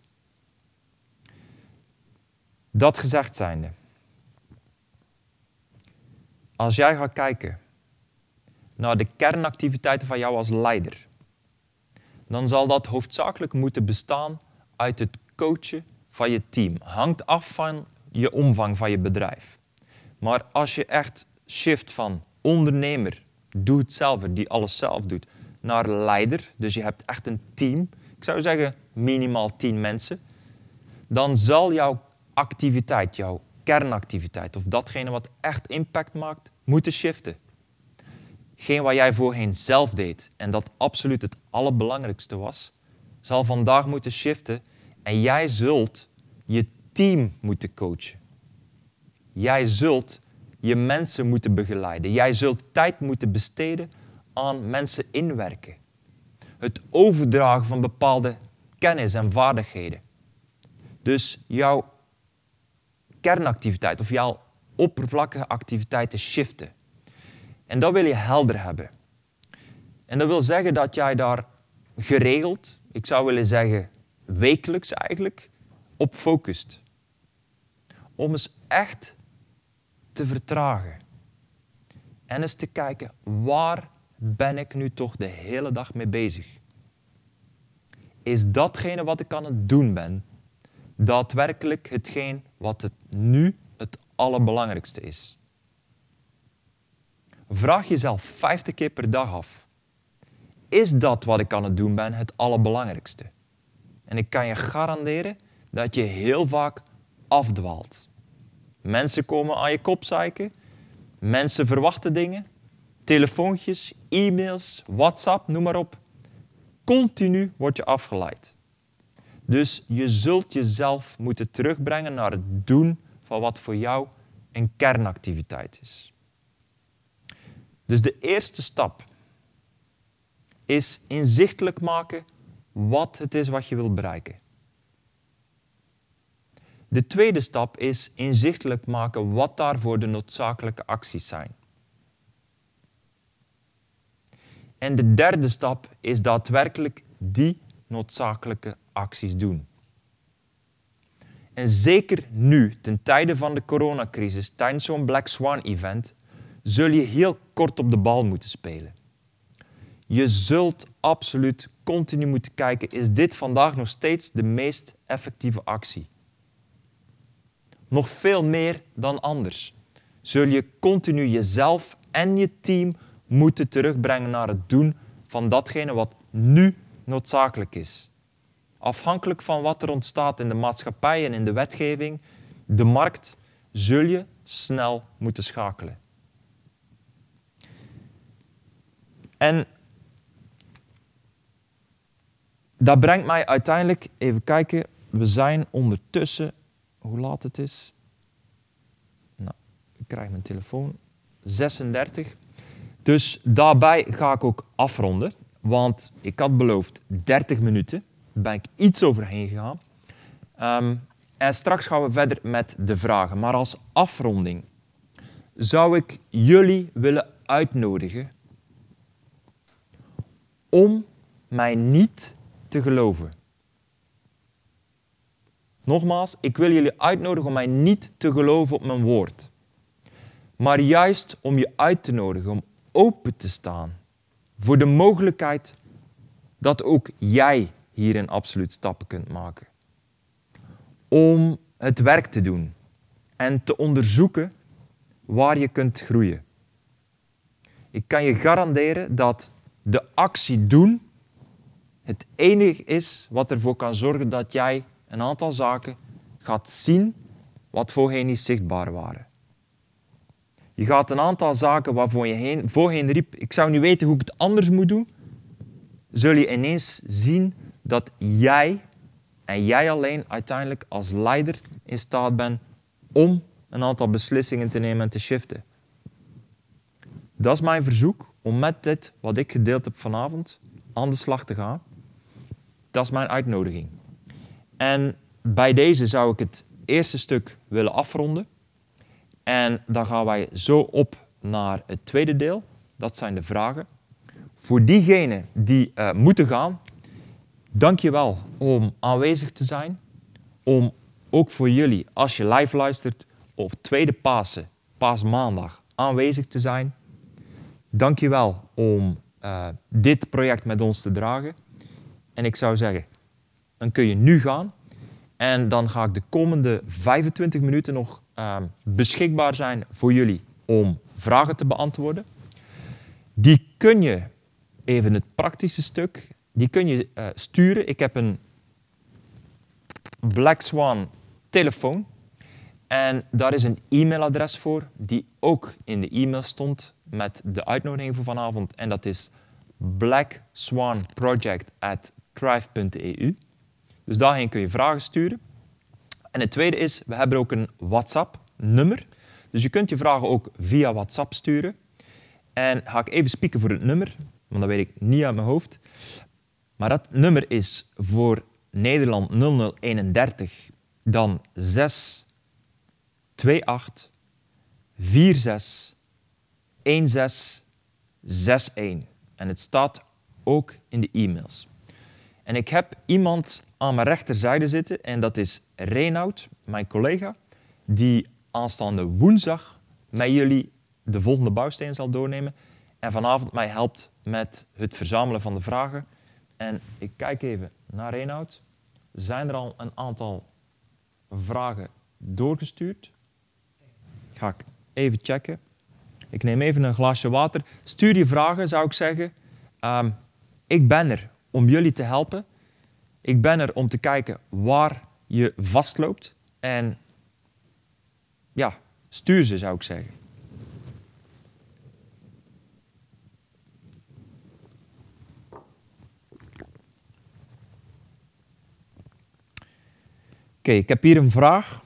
Dat gezegd zijnde, als jij gaat kijken naar de kernactiviteiten van jou als leider, dan zal dat hoofdzakelijk moeten bestaan uit het coachen van je team. Hangt af van je omvang van je bedrijf. Maar als je echt shift van ondernemer, doe het zelf, die alles zelf doet, naar leider, dus je hebt echt een team, ik zou zeggen minimaal tien mensen, dan zal jouw activiteit, jouw kernactiviteit, of datgene wat echt impact maakt, moeten shiften. Geen wat jij voorheen zelf deed en dat absoluut het allerbelangrijkste was, zal vandaag moeten shiften en jij zult je team moeten coachen. Jij zult je mensen moeten begeleiden. Jij zult tijd moeten besteden aan mensen inwerken. Het overdragen van bepaalde kennis en vaardigheden. Dus jouw kernactiviteit of jouw oppervlakkige activiteiten shiften. En dat wil je helder hebben. En dat wil zeggen dat jij daar geregeld, ik zou willen zeggen wekelijks eigenlijk, op focust. om eens echt te vertragen. En eens te kijken, waar ben ik nu toch de hele dag mee bezig? Is datgene wat ik aan het doen ben, daadwerkelijk hetgeen wat het nu het allerbelangrijkste is? Vraag jezelf vijftig keer per dag af. Is dat wat ik aan het doen ben het allerbelangrijkste? En ik kan je garanderen dat je heel vaak afdwaalt. Mensen komen aan je kop zeiken. Mensen verwachten dingen. Telefoontjes, e-mails, WhatsApp, noem maar op. Continu word je afgeleid. Dus je zult jezelf moeten terugbrengen naar het doen van wat voor jou een kernactiviteit is. Dus de eerste stap is inzichtelijk maken wat het is wat je wilt bereiken. De tweede stap is inzichtelijk maken wat daarvoor de noodzakelijke acties zijn. En de derde stap is daadwerkelijk die noodzakelijke acties doen. En zeker nu, ten tijde van de coronacrisis, tijdens zo'n Black Swan event, zul je heel kort op de bal moeten spelen. Je zult absoluut continu moeten kijken, is dit vandaag nog steeds de meest effectieve actie? Nog veel meer dan anders. Zul je continu jezelf en je team moeten terugbrengen naar het doen van datgene wat nu noodzakelijk is. Afhankelijk van wat er ontstaat in de maatschappij en in de wetgeving, de markt, zul je snel moeten schakelen. En dat brengt mij uiteindelijk, even kijken, we zijn ondertussen, hoe laat het is? Nou, ik krijg mijn telefoon, zesendertig. Dus daarbij ga ik ook afronden, want ik had beloofd dertig minuten, daar ben ik iets overheen gegaan. Um, en straks gaan we verder met de vragen. Maar als afronding zou ik jullie willen uitnodigen om mij niet te geloven. Nogmaals, ik wil jullie uitnodigen om mij niet te geloven op mijn woord. Maar juist om je uit te nodigen om open te staan voor de mogelijkheid dat ook jij hierin absoluut stappen kunt maken. Om het werk te doen en te onderzoeken waar je kunt groeien. Ik kan je garanderen dat de actie doen het enige is wat ervoor kan zorgen dat jij een aantal zaken gaat zien wat voorheen niet zichtbaar waren. Je gaat een aantal zaken waarvoor je heen, voorheen riep, ik zou niet weten hoe ik het anders moet doen, zul je ineens zien dat jij en jij alleen uiteindelijk als leider in staat bent om een aantal beslissingen te nemen en te shiften. Dat is mijn verzoek om met dit wat ik gedeeld heb vanavond aan de slag te gaan. Dat is mijn uitnodiging. En bij deze zou ik het eerste stuk willen afronden. En dan gaan wij zo op naar het tweede deel. Dat zijn de vragen. Voor diegenen die uh, moeten gaan, dank je wel om aanwezig te zijn. Om ook voor jullie, als je live luistert, op tweede Pasen, Paasmaandag, aanwezig te zijn. Dank je wel om uh, dit project met ons te dragen. En ik zou zeggen, dan kun je nu gaan. En dan ga ik de komende vijfentwintig minuten nog uh, beschikbaar zijn voor jullie om vragen te beantwoorden. Die kun je, even het praktische stuk, die kun je uh, sturen. Ik heb een Black Swan telefoon. En daar is een e-mailadres voor, die ook in de e-mail stond met de uitnodiging voor vanavond. En dat is blackswanproject at thrive punt e u. Dus daarheen kun je vragen sturen. En het tweede is, we hebben ook een WhatsApp-nummer. Dus je kunt je vragen ook via WhatsApp sturen. En ga ik even spieken voor het nummer, want dat weet ik niet uit mijn hoofd. Maar dat nummer is voor Nederland nul nul eenendertig, dan zes twee acht vier zes een zes zes een. En het staat ook in de e-mails. En ik heb iemand aan mijn rechterzijde zitten en dat is Reinoud, mijn collega. die aanstaande woensdag met jullie de volgende bouwsteen zal doornemen en vanavond mij helpt met het verzamelen van de vragen. En ik kijk even naar Reinoud. Zijn er al een aantal vragen doorgestuurd? Ga ik even checken. Ik neem even een glaasje water. Stuur je vragen, zou ik zeggen. Um, ik ben er om jullie te helpen. Ik ben er om te kijken waar je vastloopt. En ja, stuur ze, zou ik zeggen. Oké, okay, ik heb hier een vraag.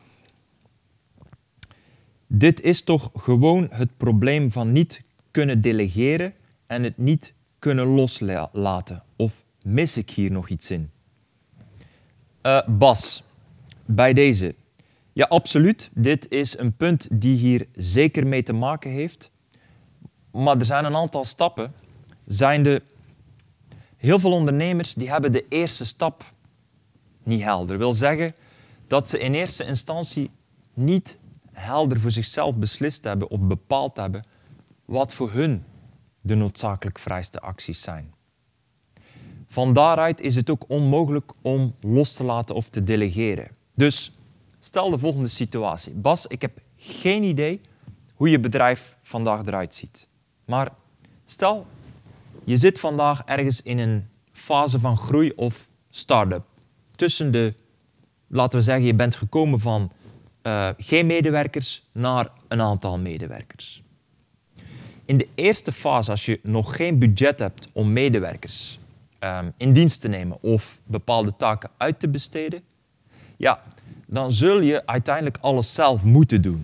Dit is toch gewoon het probleem van niet kunnen delegeren en het niet kunnen loslaten? Of mis ik hier nog iets in? Uh, Bas, bij deze. Ja, absoluut. Dit is een punt die hier zeker mee te maken heeft. Maar er zijn een aantal stappen. Zijn de... Heel veel ondernemers die hebben de eerste stap niet helder. Dat wil zeggen dat ze in eerste instantie niet helder voor zichzelf beslist hebben of bepaald hebben wat voor hun de noodzakelijk vereiste acties zijn. Van daaruit is het ook onmogelijk om los te laten of te delegeren. Dus stel de volgende situatie. Bas, ik heb geen idee hoe je bedrijf vandaag eruit ziet. Maar stel, je zit vandaag ergens in een fase van groei of start-up. Tussen de, laten we zeggen, je bent gekomen van uh, geen medewerkers naar een aantal medewerkers. In de eerste fase, als je nog geen budget hebt om medewerkers um, in dienst te nemen of bepaalde taken uit te besteden, ja, dan zul je uiteindelijk alles zelf moeten doen.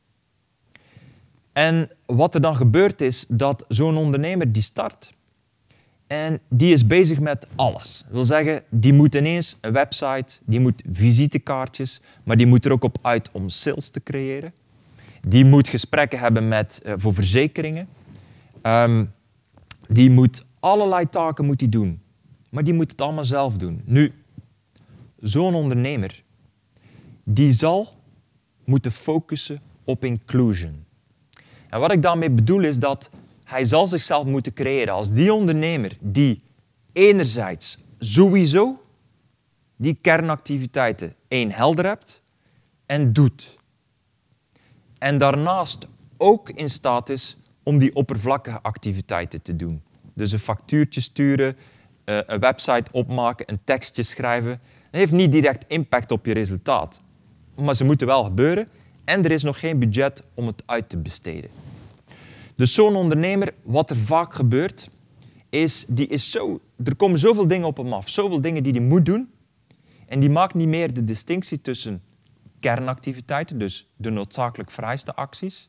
En wat er dan gebeurt is dat zo'n ondernemer die start en die is bezig met alles. Dat wil zeggen, die moet ineens een website, die moet visitekaartjes, maar die moet er ook op uit om sales te creëren. Die moet gesprekken hebben met, uh, voor verzekeringen. Um, die moet allerlei taken moet die doen. Maar die moet het allemaal zelf doen. Nu, zo'n ondernemer, die zal moeten focussen op inclusion. En wat ik daarmee bedoel is dat hij zal zichzelf moeten creëren als die ondernemer die enerzijds sowieso die kernactiviteiten één helder hebt en doet. En daarnaast ook in staat is om die oppervlakkige activiteiten te doen. Dus een factuurtje sturen, een website opmaken, een tekstje schrijven. Dat heeft niet direct impact op je resultaat. Maar ze moeten wel gebeuren en er is nog geen budget om het uit te besteden. Dus zo'n ondernemer, wat er vaak gebeurt, is, die is zo, er komen zoveel dingen op hem af, zoveel dingen die hij moet doen. En die maakt niet meer de distinctie tussen kernactiviteiten, dus de noodzakelijk vereiste acties,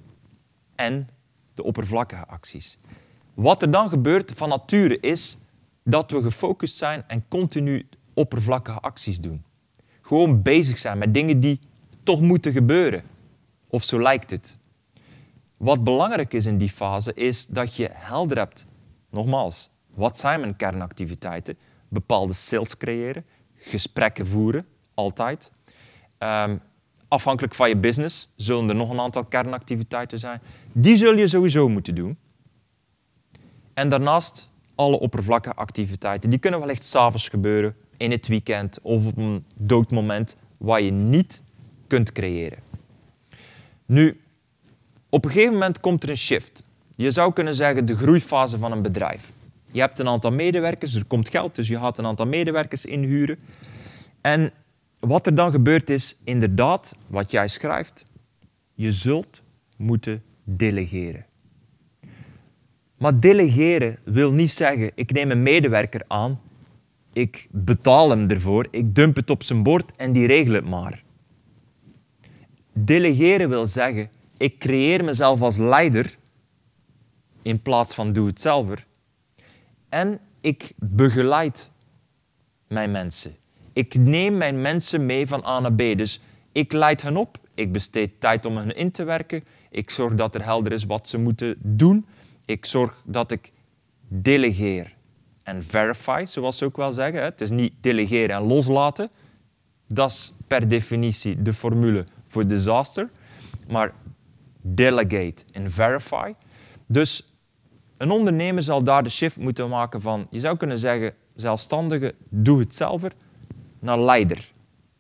en de oppervlakkige acties. Wat er dan gebeurt van nature is dat we gefocust zijn en continu oppervlakkige acties doen. Gewoon bezig zijn met dingen die toch moeten gebeuren. Of zo lijkt het. Wat belangrijk is in die fase is dat je helder hebt, nogmaals, wat zijn mijn kernactiviteiten? Bepaalde sales creëren, gesprekken voeren, altijd. Um, afhankelijk van je business zullen er nog een aantal kernactiviteiten zijn. Die zul je sowieso moeten doen. En daarnaast alle oppervlakkige activiteiten. Die kunnen wellicht 's avonds gebeuren, in het weekend of op een doodmoment waar je niet kunt creëren. Nu, op een gegeven moment komt er een shift. Je zou kunnen zeggen de groeifase van een bedrijf. Je hebt een aantal medewerkers, er komt geld, dus je gaat een aantal medewerkers inhuren. En wat er dan gebeurt is, inderdaad, wat jij schrijft, je zult moeten delegeren. Maar delegeren wil niet zeggen, ik neem een medewerker aan, ik betaal hem ervoor, ik dump het op zijn bord en die regelt het maar. Delegeren wil zeggen, ik creëer mezelf als leider in plaats van doe-het-zelver. En ik begeleid mijn mensen. Ik neem mijn mensen mee van A naar B. Dus ik leid hen op, ik besteed tijd om hen in te werken, ik zorg dat er helder is wat ze moeten doen, ik zorg dat ik delegeer en verify, zoals ze ook wel zeggen. Het is niet delegeren en loslaten. Dat is per definitie de formule voor disaster, maar delegate en verify. Dus een ondernemer zal daar de shift moeten maken van, je zou kunnen zeggen, zelfstandige, doe het zelf, naar leider.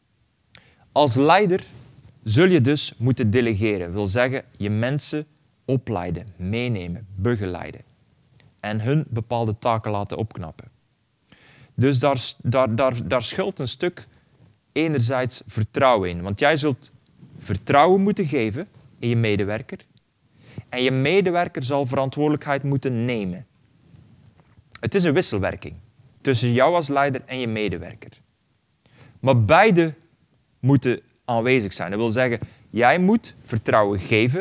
Als leider zul je dus moeten delegeren. Wil zeggen, je mensen opleiden, meenemen, begeleiden. En hun bepaalde taken laten opknappen. Dus daar, daar, daar, daar schuilt een stuk enerzijds vertrouwen in. Want jij zult vertrouwen moeten geven in je medewerker. En je medewerker zal verantwoordelijkheid moeten nemen. Het is een wisselwerking tussen jou als leider en je medewerker. Maar beide moeten aanwezig zijn. Dat wil zeggen, jij moet vertrouwen geven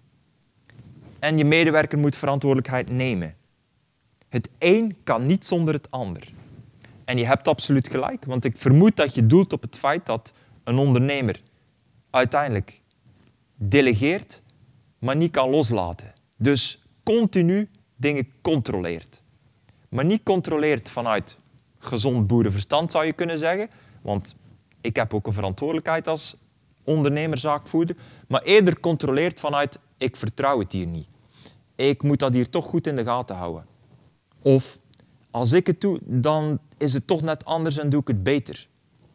en je medewerker moet verantwoordelijkheid nemen. Het een kan niet zonder het ander. En je hebt absoluut gelijk, want ik vermoed dat je doelt op het feit dat een ondernemer uiteindelijk delegeert, maar niet kan loslaten. Dus continu dingen controleert. Maar niet controleert vanuit gezond boerenverstand, zou je kunnen zeggen. Want ik heb ook een verantwoordelijkheid als ondernemer, zaakvoerder. Maar eerder controleert vanuit, ik vertrouw het hier niet. Ik moet dat hier toch goed in de gaten houden. Of, als ik het doe, dan is het toch net anders en doe ik het beter.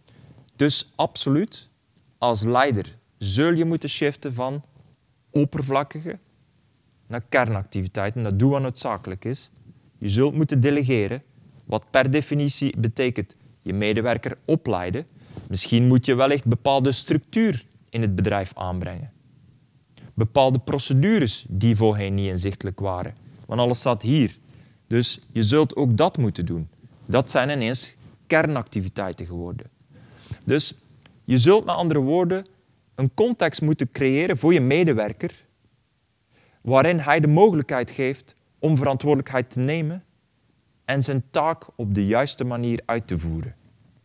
Dus absoluut, als leider zul je moeten shiften van oppervlakkige naar kernactiviteiten, dat doe wat noodzakelijk is. Je zult moeten delegeren, wat per definitie betekent je medewerker opleiden. Misschien moet je wellicht bepaalde structuur in het bedrijf aanbrengen. Bepaalde procedures die voorheen niet inzichtelijk waren. Want alles staat hier. Dus je zult ook dat moeten doen. Dat zijn ineens kernactiviteiten geworden. Dus je zult met andere woorden een context moeten creëren voor je medewerker waarin hij de mogelijkheid geeft om verantwoordelijkheid te nemen en zijn taak op de juiste manier uit te voeren.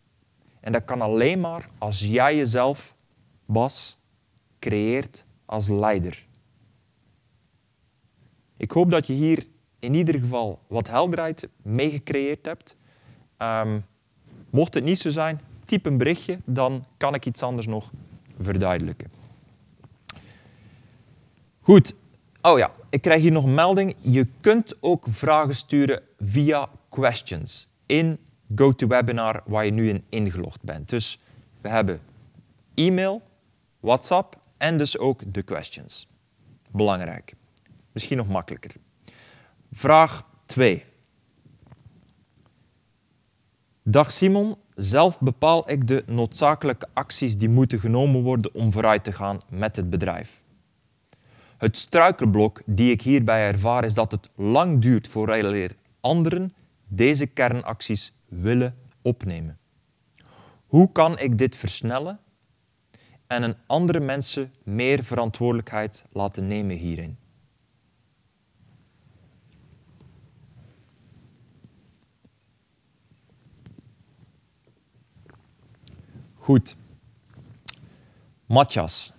En dat kan alleen maar als jij jezelf, Bas, creëert als leider. Ik hoop dat je hier in ieder geval wat helderheid mee gecreëerd hebt. Um, mocht het niet zo zijn, typ een berichtje, dan kan ik iets anders nog verduidelijken. Goed. Oh ja, ik krijg hier nog een melding. Je kunt ook vragen sturen via questions in GoToWebinar waar je nu in ingelogd bent. Dus we hebben e-mail, WhatsApp en dus ook de questions. Belangrijk. Misschien nog makkelijker. Vraag twee. Dag Simon, zelf bepaal ik de noodzakelijke acties die moeten genomen worden om vooruit te gaan met het bedrijf. Het struikelblok die ik hierbij ervaar is dat het lang duurt vooraleer anderen deze kernacties willen opnemen. Hoe kan ik dit versnellen en een andere mensen meer verantwoordelijkheid laten nemen hierin? Goed. Matthias.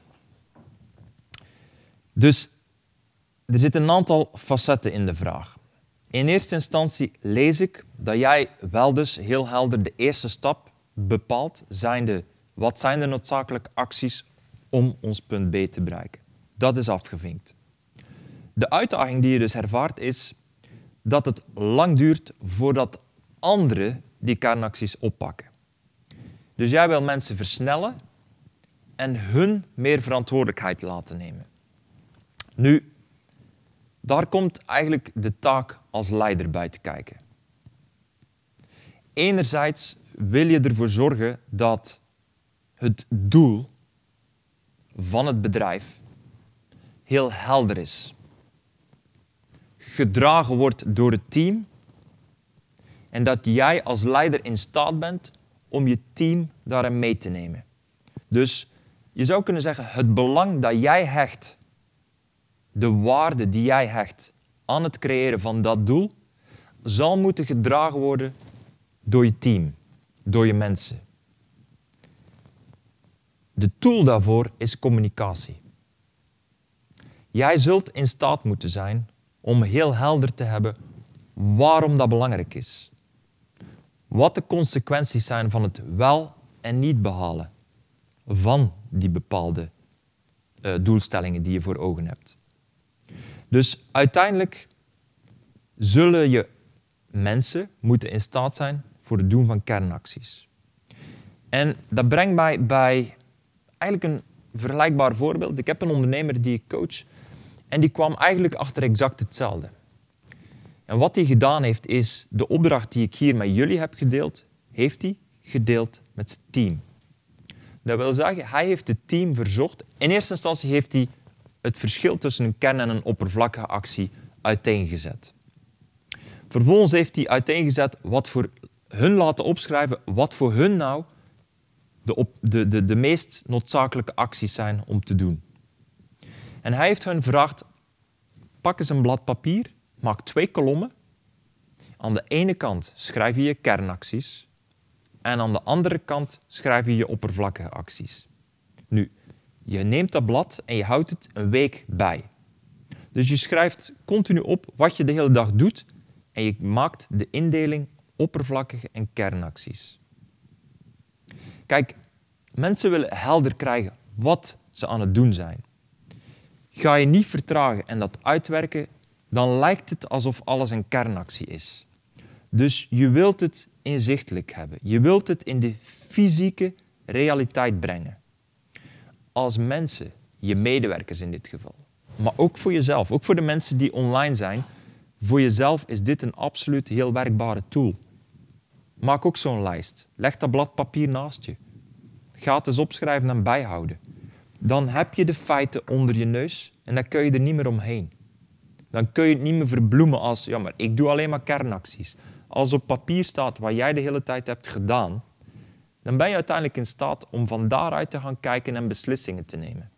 Dus er zitten een aantal facetten in de vraag. In eerste instantie lees ik dat jij wel dus heel helder de eerste stap bepaalt, zijnde wat zijn de noodzakelijke acties om ons punt B te bereiken. Dat is afgevinkt. De uitdaging die je dus ervaart is dat het lang duurt voordat anderen die kernacties oppakken. Dus jij wil mensen versnellen en hun meer verantwoordelijkheid laten nemen. Nu, daar komt eigenlijk de taak als leider bij te kijken. Enerzijds wil je ervoor zorgen dat het doel van het bedrijf heel helder is. Gedragen wordt door het team en dat jij als leider in staat bent om je team daarin mee te nemen. Dus je zou kunnen zeggen, het belang dat jij hecht, de waarde die jij hecht aan het creëren van dat doel, zal moeten gedragen worden door je team, door je mensen. De tool daarvoor is communicatie. Jij zult in staat moeten zijn om heel helder te hebben waarom dat belangrijk is. Wat de consequenties zijn van het wel en niet behalen van die bepaalde uh, doelstellingen die je voor ogen hebt. Dus uiteindelijk zullen je mensen moeten in staat zijn voor het doen van kernacties. En dat brengt mij bij eigenlijk een vergelijkbaar voorbeeld. Ik heb een ondernemer die ik coach en die kwam eigenlijk achter exact hetzelfde. En wat hij gedaan heeft, is de opdracht die ik hier met jullie heb gedeeld, heeft hij gedeeld met zijn team. Dat wil zeggen, hij heeft het team verzocht. In eerste instantie heeft hij het verschil tussen een kern- en een oppervlakkige actie uiteengezet. Vervolgens heeft hij uiteengezet wat voor hun laten opschrijven, wat voor hun nou de, op, de, de, de meest noodzakelijke acties zijn om te doen. En hij heeft hun gevraagd, pak eens een blad papier, maak twee kolommen. Aan de ene kant schrijf je je kernacties en aan de andere kant schrijf je je oppervlakkige acties. Nu, je neemt dat blad en je houdt het een week bij. Dus je schrijft continu op wat je de hele dag doet en je maakt de indeling oppervlakkige en kernacties. Kijk, mensen willen helder krijgen wat ze aan het doen zijn. Ga je niet vertragen en dat uitwerken, dan lijkt het alsof alles een kernactie is. Dus je wilt het inzichtelijk hebben. Je wilt het in de fysieke realiteit brengen. Als mensen, je medewerkers in dit geval, maar ook voor jezelf, ook voor de mensen die online zijn, voor jezelf is dit een absoluut heel werkbare tool. Maak ook zo'n lijst. Leg dat blad papier naast je. Ga het eens opschrijven en bijhouden. Dan heb je de feiten onder je neus en dan kun je er niet meer omheen. Dan kun je het niet meer verbloemen als, ja, maar ik doe alleen maar kernacties. Als op papier staat wat jij de hele tijd hebt gedaan, dan ben je uiteindelijk in staat om van daaruit te gaan kijken en beslissingen te nemen.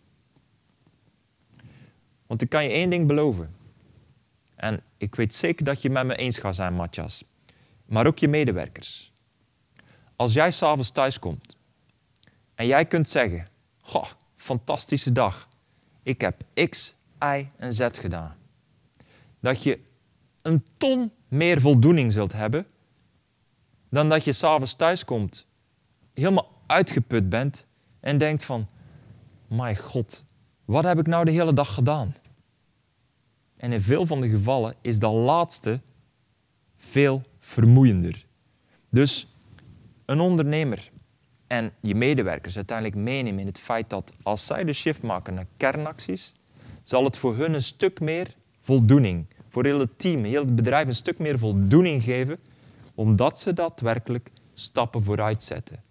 Want ik kan je één ding beloven. En ik weet zeker dat je het met me eens gaat zijn, Matthias. Maar ook je medewerkers. Als jij s'avonds thuis komt en jij kunt zeggen, goh, fantastische dag. Ik heb X, Y en Z gedaan. Dat je een ton meer voldoening zult hebben dan dat je s'avonds thuis komt, helemaal uitgeput bent en denkt van, my god, wat heb ik nou de hele dag gedaan? En in veel van de gevallen is dat laatste veel vermoeiender. Dus een ondernemer en je medewerkers uiteindelijk meenemen in het feit dat als zij de shift maken naar kernacties, zal het voor hun een stuk meer voldoening, voor heel het team, heel het bedrijf een stuk meer voldoening geven, omdat ze daadwerkelijk stappen vooruit zetten.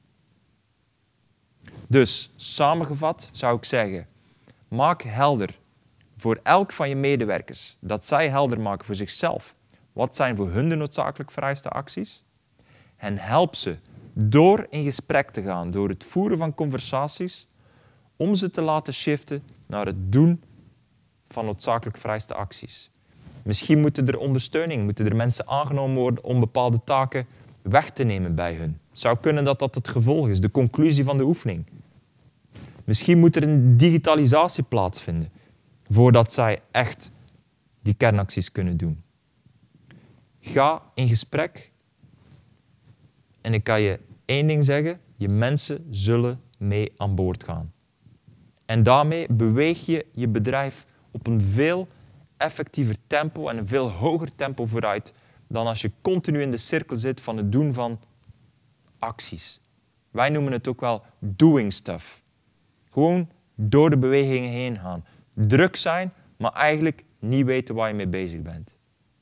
Dus, samengevat zou ik zeggen, maak helder voor elk van je medewerkers dat zij helder maken voor zichzelf wat zijn voor hun de noodzakelijk vereiste acties en help ze door in gesprek te gaan, door het voeren van conversaties, om ze te laten shiften naar het doen van noodzakelijk vereiste acties. Misschien moeten er ondersteuning, moeten er mensen aangenomen worden om bepaalde taken weg te nemen bij hun. Het zou kunnen dat dat het gevolg is, de conclusie van de oefening. Misschien moet er een digitalisatie plaatsvinden voordat zij echt die kernacties kunnen doen. Ga in gesprek en ik kan je één ding zeggen, je mensen zullen mee aan boord gaan. En daarmee beweeg je je bedrijf op een veel effectiever tempo en een veel hoger tempo vooruit dan als je continu in de cirkel zit van het doen van acties. Wij noemen het ook wel doing stuff. Gewoon door de bewegingen heen gaan. Druk zijn, maar eigenlijk niet weten waar je mee bezig bent.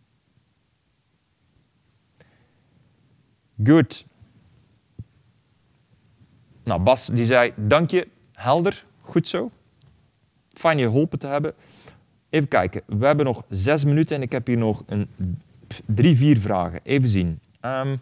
Goed. Nou, Bas die zei, dank je, helder, goed zo. Fijn je geholpen te hebben. Even kijken, we hebben nog zes minuten en ik heb hier nog een, drie, vier vragen. Even zien. Um,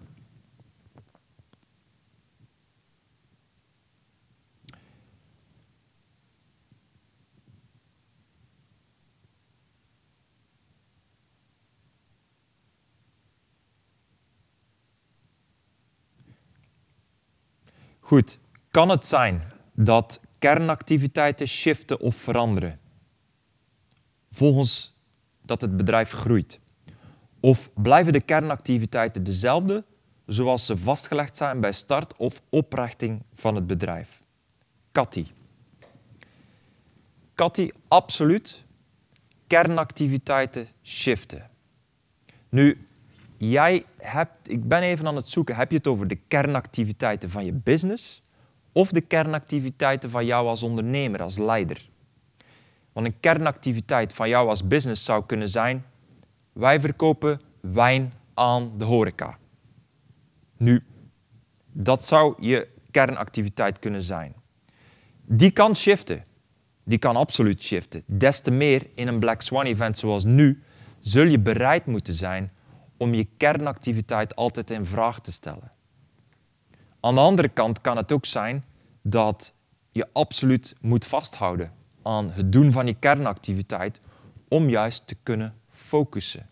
Goed, kan het zijn dat kernactiviteiten shiften of veranderen volgens dat het bedrijf groeit? Of blijven de kernactiviteiten dezelfde zoals ze vastgelegd zijn bij start of oprichting van het bedrijf? Cathy. Cathy, absoluut. Kernactiviteiten shiften. Nu, jij hebt, ik ben even aan het zoeken, heb je het over de kernactiviteiten van je business of de kernactiviteiten van jou als ondernemer, als leider? Want een kernactiviteit van jou als business zou kunnen zijn, wij verkopen wijn aan de horeca. Nu, dat zou je kernactiviteit kunnen zijn. Die kan shiften. Die kan absoluut shiften. Des te meer in een Black Swan event zoals nu, zul je bereid moeten zijn om je kernactiviteit altijd in vraag te stellen. Aan de andere kant kan het ook zijn dat je absoluut moet vasthouden aan het doen van je kernactiviteit om juist te kunnen focussen.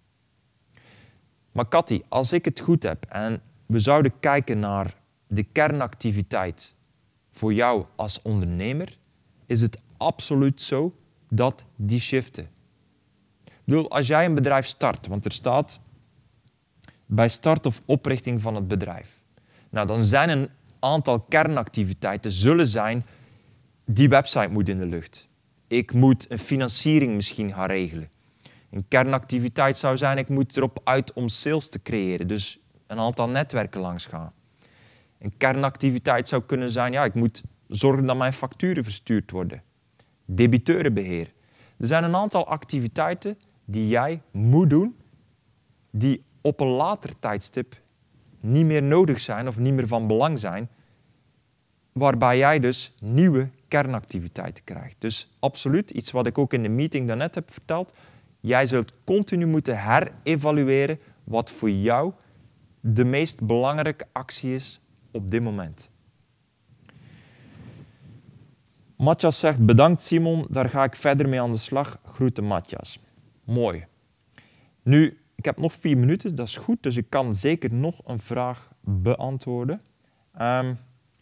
Maar Cathy, als ik het goed heb en we zouden kijken naar de kernactiviteit voor jou als ondernemer, is het absoluut zo dat die shiften. Ik bedoel, als jij een bedrijf start, want er staat bij start of oprichting van het bedrijf. Nou, dan zijn een aantal kernactiviteiten zullen zijn, die website moet in de lucht. Ik moet een financiering misschien gaan regelen. Een kernactiviteit zou zijn, ik moet erop uit om sales te creëren, dus een aantal netwerken langs gaan. Een kernactiviteit zou kunnen zijn, ja, ik moet zorgen dat mijn facturen verstuurd worden. Debiteurenbeheer. Er zijn een aantal activiteiten die jij moet doen, die op een later tijdstip niet meer nodig zijn of niet meer van belang zijn, waarbij jij dus nieuwe kernactiviteiten krijgt. Dus absoluut, iets wat ik ook in de meeting daarnet heb verteld, jij zult continu moeten herevalueren wat voor jou de meest belangrijke actie is op dit moment. Matthias zegt, bedankt Simon, daar ga ik verder mee aan de slag. Groeten Matthias. Mooi. Nu, ik heb nog vier minuten, dat is goed, dus ik kan zeker nog een vraag beantwoorden. Um,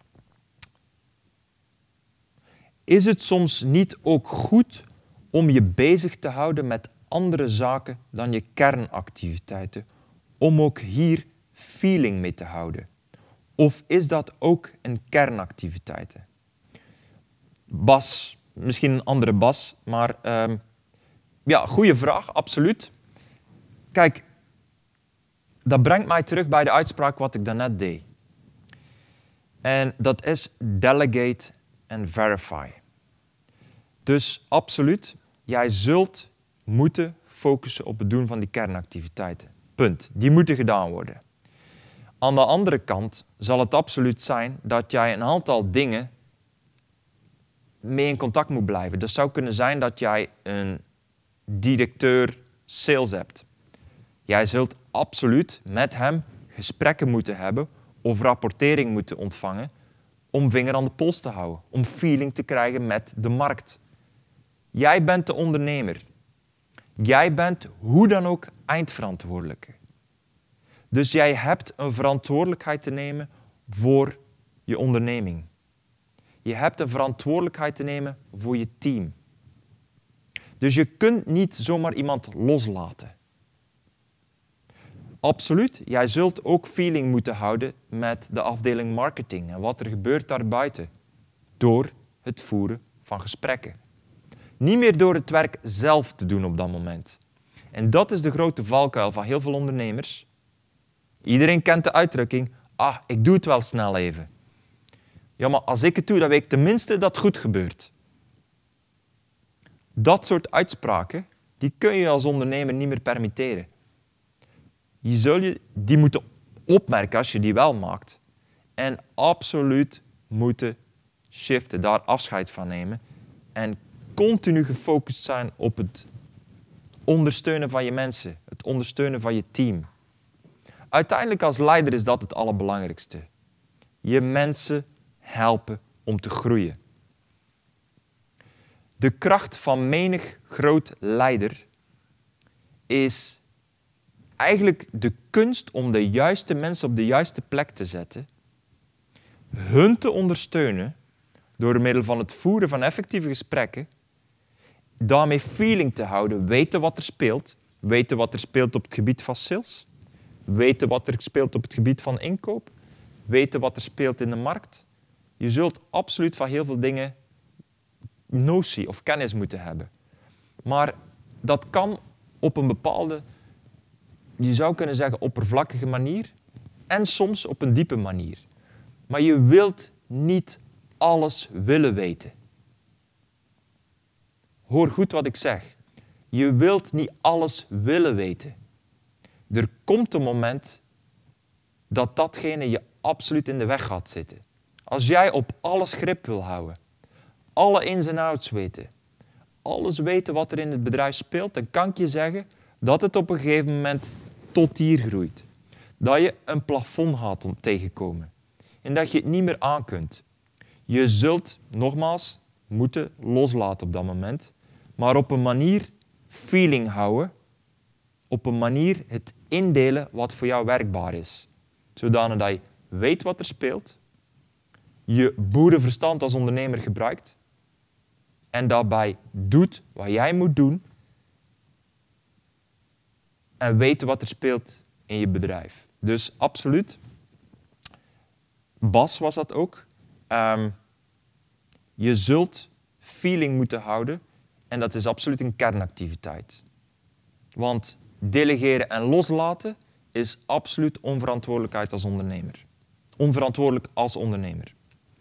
is het soms niet ook goed om je bezig te houden met andere zaken dan je kernactiviteiten, om ook hier feeling mee te houden? Of is dat ook een kernactiviteit? Bas, misschien een andere Bas, maar um, ja, goede vraag, absoluut. Kijk, dat brengt mij terug bij de uitspraak wat ik daarnet deed. En dat is delegate en verify. Dus absoluut, jij zult moeten focussen op het doen van die kernactiviteiten. Punt. Die moeten gedaan worden. Aan de andere kant zal het absoluut zijn dat jij een aantal dingen mee in contact moet blijven. Dat zou kunnen zijn dat jij een directeur sales hebt. Jij zult absoluut met hem gesprekken moeten hebben of rapportering moeten ontvangen om vinger aan de pols te houden, om feeling te krijgen met de markt. Jij bent de ondernemer. Jij bent hoe dan ook eindverantwoordelijke. Dus jij hebt een verantwoordelijkheid te nemen voor je onderneming. Je hebt een verantwoordelijkheid te nemen voor je team. Dus je kunt niet zomaar iemand loslaten. Absoluut, jij zult ook feeling moeten houden met de afdeling marketing en wat er gebeurt daarbuiten. Door het voeren van gesprekken. Niet meer door het werk zelf te doen op dat moment. En dat is de grote valkuil van heel veel ondernemers. Iedereen kent de uitdrukking, ah, ik doe het wel snel even. Ja, maar als ik het doe, dan weet ik tenminste dat het goed gebeurt. Dat soort uitspraken, die kun je als ondernemer niet meer permitteren. Je zul je die moeten opmerken als je die wel maakt. En absoluut moeten shiften, daar afscheid van nemen. En continu gefocust zijn op het ondersteunen van je mensen. Het ondersteunen van je team. Uiteindelijk als leider is dat het allerbelangrijkste. Je mensen helpen om te groeien. De kracht van menig groot leider is eigenlijk de kunst om de juiste mensen op de juiste plek te zetten, hun te ondersteunen door middel van het voeren van effectieve gesprekken, daarmee feeling te houden, weten wat er speelt, weten wat er speelt op het gebied van sales, weten wat er speelt op het gebied van inkoop, weten wat er speelt in de markt. Je zult absoluut van heel veel dingen notie of kennis moeten hebben. Maar dat kan op een bepaalde, je zou kunnen zeggen, oppervlakkige manier en soms op een diepe manier. Maar je wilt niet alles willen weten. Hoor goed wat ik zeg. Je wilt niet alles willen weten. Er komt een moment dat datgene je absoluut in de weg gaat zitten. Als jij op alles grip wil houden, alle ins en outs weten, alles weten wat er in het bedrijf speelt, dan kan ik je zeggen dat het op een gegeven moment tot hier groeit. Dat je een plafond gaat tegenkomen en dat je het niet meer aan kunt. Je zult, nogmaals, moeten loslaten op dat moment, maar op een manier feeling houden, op een manier het indelen wat voor jou werkbaar is. Zodanig dat je weet wat er speelt, je boerenverstand als ondernemer gebruikt en daarbij doet wat jij moet doen en weten wat er speelt in je bedrijf. Dus absoluut. Bas was dat ook. Um, je zult feeling moeten houden en dat is absoluut een kernactiviteit. Want delegeren en loslaten is absoluut onverantwoordelijkheid als ondernemer. Onverantwoordelijk als ondernemer.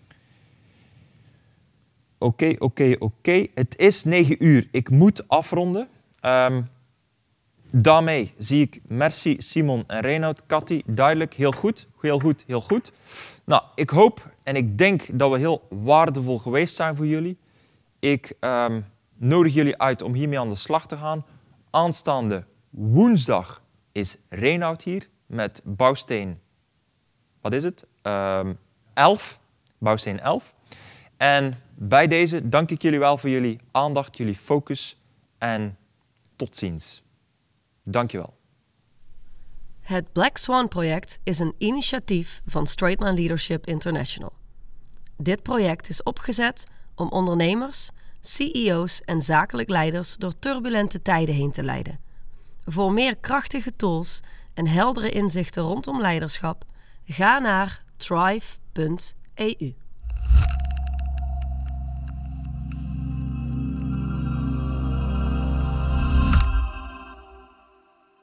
Oké, okay, oké, okay, oké. Okay. Het is negen uur. Ik moet afronden. Um, daarmee zie ik merci Simon en Reinoud. Cathy, duidelijk, heel goed. Heel goed, heel goed. Nou, ik hoop en ik denk dat we heel waardevol geweest zijn voor jullie. Ik um, nodig jullie uit om hiermee aan de slag te gaan. Aanstaande woensdag is Reinoud hier met bouwsteen, wat is het? Um, elf. Bouwsteen elf. En bij deze dank ik jullie wel voor jullie aandacht, jullie focus en tot ziens. Dank je wel. Het Black Swan project is een initiatief van Straight Line Leadership International. Dit project is opgezet om ondernemers, C E O's en zakelijk leiders door turbulente tijden heen te leiden. Voor meer krachtige tools en heldere inzichten rondom leiderschap, ga naar thrive punt e u.